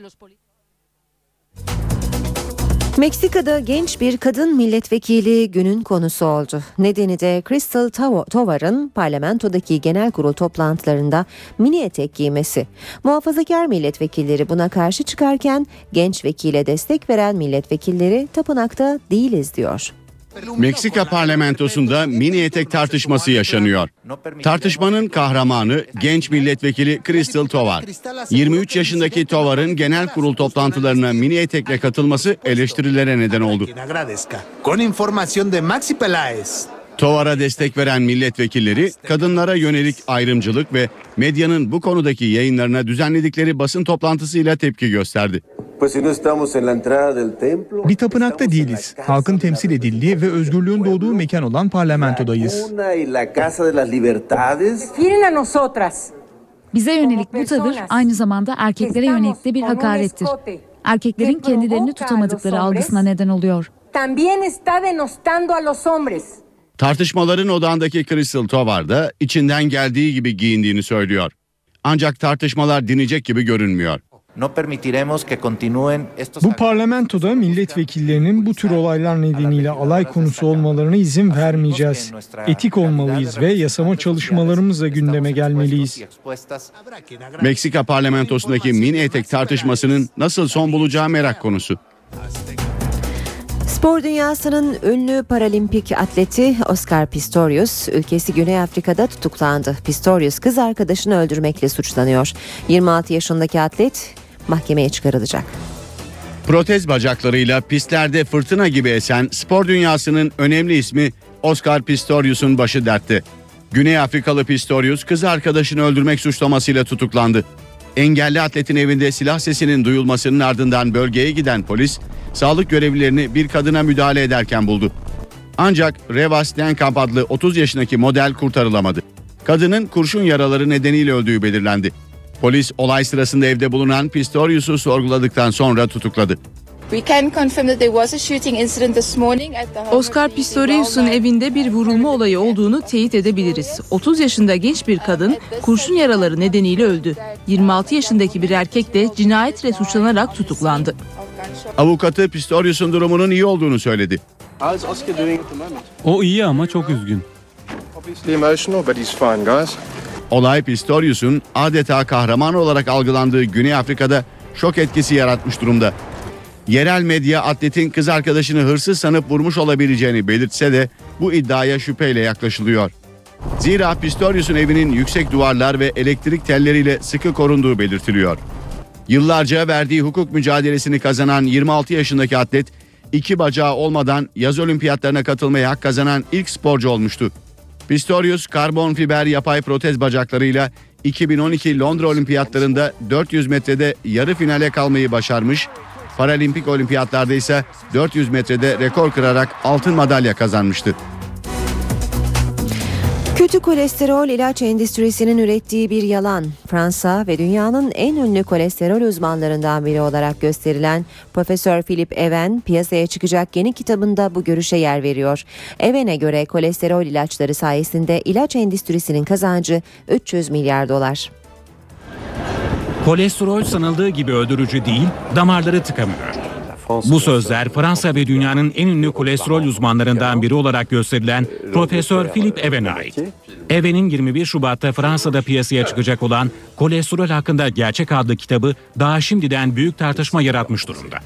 Meksika'da genç bir kadın milletvekili günün konusu oldu. Nedeni de Crystal Tovar'ın parlamentodaki genel kurul toplantılarında mini etek giymesi. Muhafazakar milletvekilleri buna karşı çıkarken genç vekile destek veren milletvekilleri tapınakta değiliz diyor. Meksika parlamentosunda mini etek tartışması yaşanıyor. Tartışmanın kahramanı genç milletvekili Crystal Tovar. yirmi üç yaşındaki Tovar'ın genel kurul toplantılarına mini etekle katılması eleştirilere neden oldu. Tovar'a destek veren milletvekilleri kadınlara yönelik ayrımcılık ve medyanın bu konudaki yayınlarına düzenledikleri basın toplantısıyla tepki gösterdi. Bir tapınakta değiliz. Halkın temsil edildiği ve özgürlüğün doğduğu mekan olan parlamentodayız. Bize yönelik bu tavır aynı zamanda erkeklere yönelik de bir hakarettir. Erkeklerin kendilerini tutamadıkları algısına neden oluyor. Tartışmaların odağındaki Crystal Tovar da içinden geldiği gibi giyindiğini söylüyor. Ancak tartışmalar dinecek gibi görünmüyor. Bu parlamentoda milletvekillerinin bu tür olaylar nedeniyle alay konusu olmalarına izin vermeyeceğiz. Etik olmalıyız ve yasama çalışmalarımızla gündeme gelmeliyiz. Meksika parlamentosundaki mini etek tartışmasının nasıl son bulacağı merak konusu. Spor dünyasının ünlü paralimpik atleti Oscar Pistorius, ülkesi Güney Afrika'da tutuklandı. Pistorius kız arkadaşını öldürmekle suçlanıyor. yirmi altı yaşındaki atlet mahkemeye çıkarılacak. Protez bacaklarıyla pistlerde fırtına gibi esen spor dünyasının önemli ismi Oscar Pistorius'un başı dertte. Güney Afrikalı Pistorius kız arkadaşını öldürmek suçlamasıyla tutuklandı. Engelli atletin evinde silah sesinin duyulmasının ardından bölgeye giden polis sağlık görevlilerini bir kadına müdahale ederken buldu. Ancak Reva Steenkamp adlı otuz yaşındaki model kurtarılamadı. Kadının kurşun yaraları nedeniyle öldüğü belirlendi. Polis olay sırasında evde bulunan Pistorius'u sorguladıktan sonra tutukladı. Oscar Pistorius'un evinde bir vurulma olayı olduğunu teyit edebiliriz. otuz yaşında genç bir kadın kurşun yaraları nedeniyle öldü. yirmi altı yaşındaki bir erkek de cinayetle suçlanarak tutuklandı. Avukatı Pistorius'un durumunun iyi olduğunu söyledi. O iyi ama çok üzgün. Olay Pistorius'un adeta kahraman olarak algılandığı Güney Afrika'da şok etkisi yaratmış durumda. Yerel medya atletin kız arkadaşını hırsız sanıp vurmuş olabileceğini belirtse de bu iddiaya şüpheyle yaklaşılıyor. Zira Pistorius'un evinin yüksek duvarlar ve elektrik telleriyle sıkı korunduğu belirtiliyor. Yıllarca verdiği hukuk mücadelesini kazanan yirmi altı yaşındaki atlet, iki bacağı olmadan yaz olimpiyatlarına katılmaya hak kazanan ilk sporcu olmuştu. Pistorius, karbon fiber yapay protez bacaklarıyla iki bin on iki Londra olimpiyatlarında dört yüz metrede yarı finale kalmayı başarmış, paralimpik olimpiyatlarda ise dört yüz metrede rekor kırarak altın madalya kazanmıştı. Kötü kolesterol ilaç endüstrisinin ürettiği bir yalan. Fransa ve dünyanın en ünlü kolesterol uzmanlarından biri olarak gösterilen Profesör Philip Ewen piyasaya çıkacak yeni kitabında bu görüşe yer veriyor. Ewen'e göre kolesterol ilaçları sayesinde ilaç endüstrisinin kazancı üç yüz milyar dolar. Kolesterol sanıldığı gibi öldürücü değil, damarları tıkamıyor. Bu sözler Fransa ve dünyanın en ünlü kolesterol uzmanlarından biri olarak gösterilen Profesör Philippe Even'e ait. Even'in yirmi bir Şubat'ta Fransa'da piyasaya çıkacak olan Kolesterol Hakkında Gerçek adlı kitabı daha şimdiden büyük tartışma yaratmış durumda.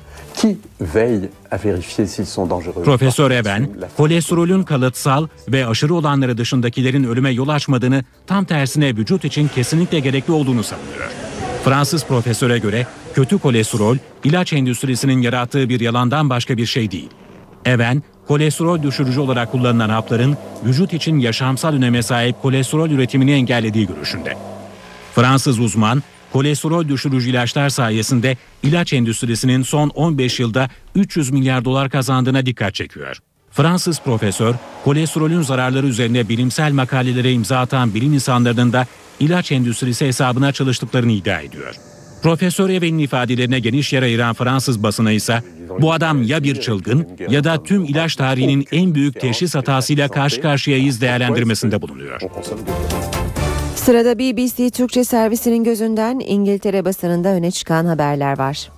Profesör Even, kolesterolün kalıtsal ve aşırı olanları dışındakilerin ölüme yol açmadığını, tam tersine vücut için kesinlikle gerekli olduğunu savunuyor. Fransız profesöre göre kötü kolesterol, ilaç endüstrisinin yarattığı bir yalandan başka bir şey değil. Even, kolesterol düşürücü olarak kullanılan hapların vücut için yaşamsal öneme sahip kolesterol üretimini engellediği görüşünde. Fransız uzman, kolesterol düşürücü ilaçlar sayesinde ilaç endüstrisinin son on beş yılda üç yüz milyar dolar kazandığına dikkat çekiyor. Fransız profesör, kolesterolün zararları üzerine bilimsel makalelere imza atan bilim insanlarının da ilaç endüstrisi hesabına çalıştıklarını iddia ediyor. Profesör Even'in ifadelerine geniş yer ayıran Fransız basına ise bu adam ya bir çılgın ya da tüm ilaç tarihinin en büyük teşhis hatasıyla karşı karşıyayız değerlendirmesinde bulunuyor. Sırada B B C Türkçe servisinin gözünden İngiltere basınında öne çıkan haberler var.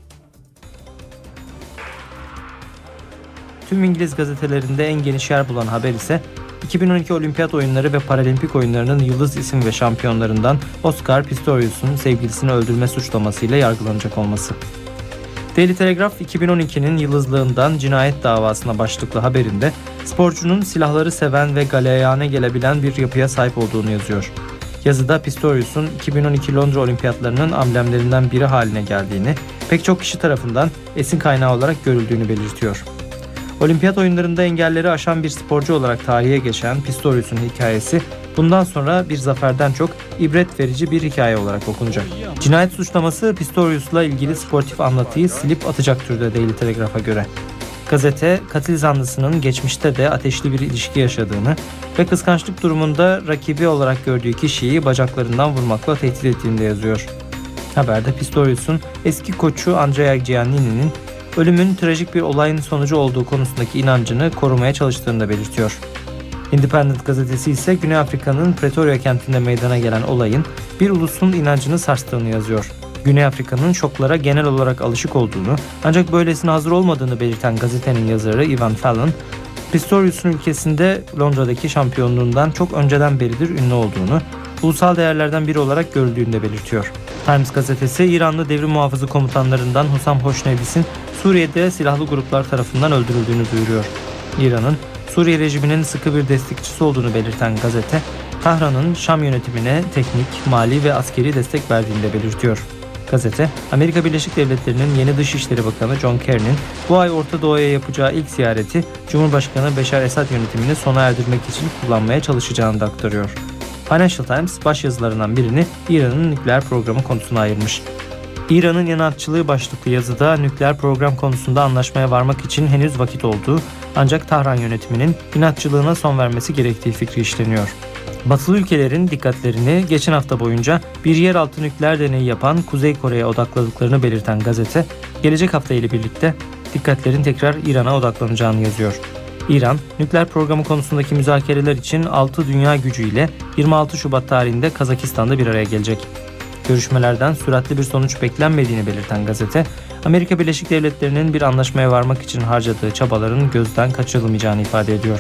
Tüm İngiliz gazetelerinde en geniş yer bulan haber ise iki bin on iki Olimpiyat Oyunları ve Paralimpik Oyunları'nın yıldız isim ve şampiyonlarından Oscar Pistorius'un sevgilisini öldürme suçlamasıyla yargılanacak olması. Daily Telegraph iki bin on ikinin yıldızlığından cinayet davasına başlıklı haberinde sporcunun silahları seven ve galeyana gelebilen bir yapıya sahip olduğunu yazıyor. Yazıda Pistorius'un iki bin on iki Londra Olimpiyatlarının amblemlerinden biri haline geldiğini, pek çok kişi tarafından esin kaynağı olarak görüldüğünü belirtiyor. Olimpiyat oyunlarında engelleri aşan bir sporcu olarak tarihe geçen Pistorius'un hikayesi bundan sonra bir zaferden çok ibret verici bir hikaye olarak okunacak. Cinayet suçlaması Pistorius'la ilgili sportif anlatıyı silip atacak türde Daily Telegraph'a göre. Gazete, katil zanlısının geçmişte de ateşli bir ilişki yaşadığını ve kıskançlık durumunda rakibi olarak gördüğü kişiyi bacaklarından vurmakla tehdit ettiğini de yazıyor. Haberde Pistorius'un eski koçu Andrea Giannini'nin ölümün trajik bir olayın sonucu olduğu konusundaki inancını korumaya çalıştığını da belirtiyor. Independent gazetesi ise Güney Afrika'nın Pretoria kentinde meydana gelen olayın bir ulusun inancını sarstığını yazıyor. Güney Afrika'nın şoklara genel olarak alışık olduğunu ancak böylesine hazır olmadığını belirten gazetenin yazarı Ivan Fallon, Pistorius'un ülkesinde Londra'daki şampiyonluğundan çok önceden beridir ünlü olduğunu, ulusal değerlerden biri olarak görüldüğünü de belirtiyor. Times gazetesi İranlı devrim muhafızı komutanlarından Hussam Hoşnevis'in Suriye'de silahlı gruplar tarafından öldürüldüğünü duyuruyor. İran'ın Suriye rejiminin sıkı bir destekçisi olduğunu belirten gazete, Tahran'ın Şam yönetimine teknik, mali ve askeri destek verdiğini de belirtiyor. Gazete, Amerika Birleşik Devletleri'nin yeni Dışişleri Bakanı John Kerry'nin bu ay Orta Doğu'ya yapacağı ilk ziyareti Cumhurbaşkanı Beşar Esad yönetimini sona erdirmek için kullanmaya çalışacağını da aktarıyor. Financial Times başyazılarından birini İran'ın nükleer programı konusuna ayırmış. İran'ın inatçılığı başlıklı yazıda nükleer program konusunda anlaşmaya varmak için henüz vakit olduğu, ancak Tahran yönetiminin inatçılığına son vermesi gerektiği fikri işleniyor. Batılı ülkelerin dikkatlerini geçen hafta boyunca bir yeraltı nükleer deneyi yapan Kuzey Kore'ye odakladıklarını belirten gazete, gelecek hafta ile birlikte dikkatlerin tekrar İran'a odaklanacağını yazıyor. İran, nükleer programı konusundaki müzakereler için altı dünya gücüyle yirmi altı Şubat tarihinde Kazakistan'da bir araya gelecek. Görüşmelerden süratli bir sonuç beklenmediğini belirten gazete, Amerika Birleşik Devletleri'nin bir anlaşmaya varmak için harcadığı çabaların gözden kaçırılmayacağını ifade ediyor.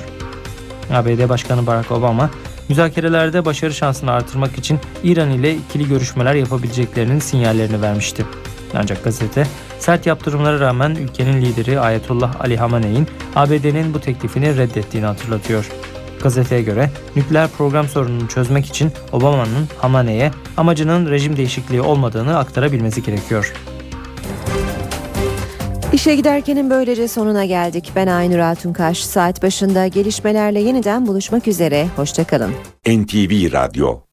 A B D Başkanı Barack Obama, müzakerelerde başarı şansını artırmak için İran ile ikili görüşmeler yapabileceklerinin sinyallerini vermişti. Ancak gazete, sert yaptırımlara rağmen ülkenin lideri Ayetullah Ali Hamenei'nin A B D'nin bu teklifini reddettiğini hatırlatıyor. Gazeteye göre nükleer program sorununu çözmek için Obama'nın Hamenei'ye amacının rejim değişikliği olmadığını aktarabilmesi gerekiyor. İşe giderkenin böylece sonuna geldik. Ben Aynur Altunkaş. Saat başında gelişmelerle yeniden buluşmak üzere. Hoşça kalın. N T V Radyo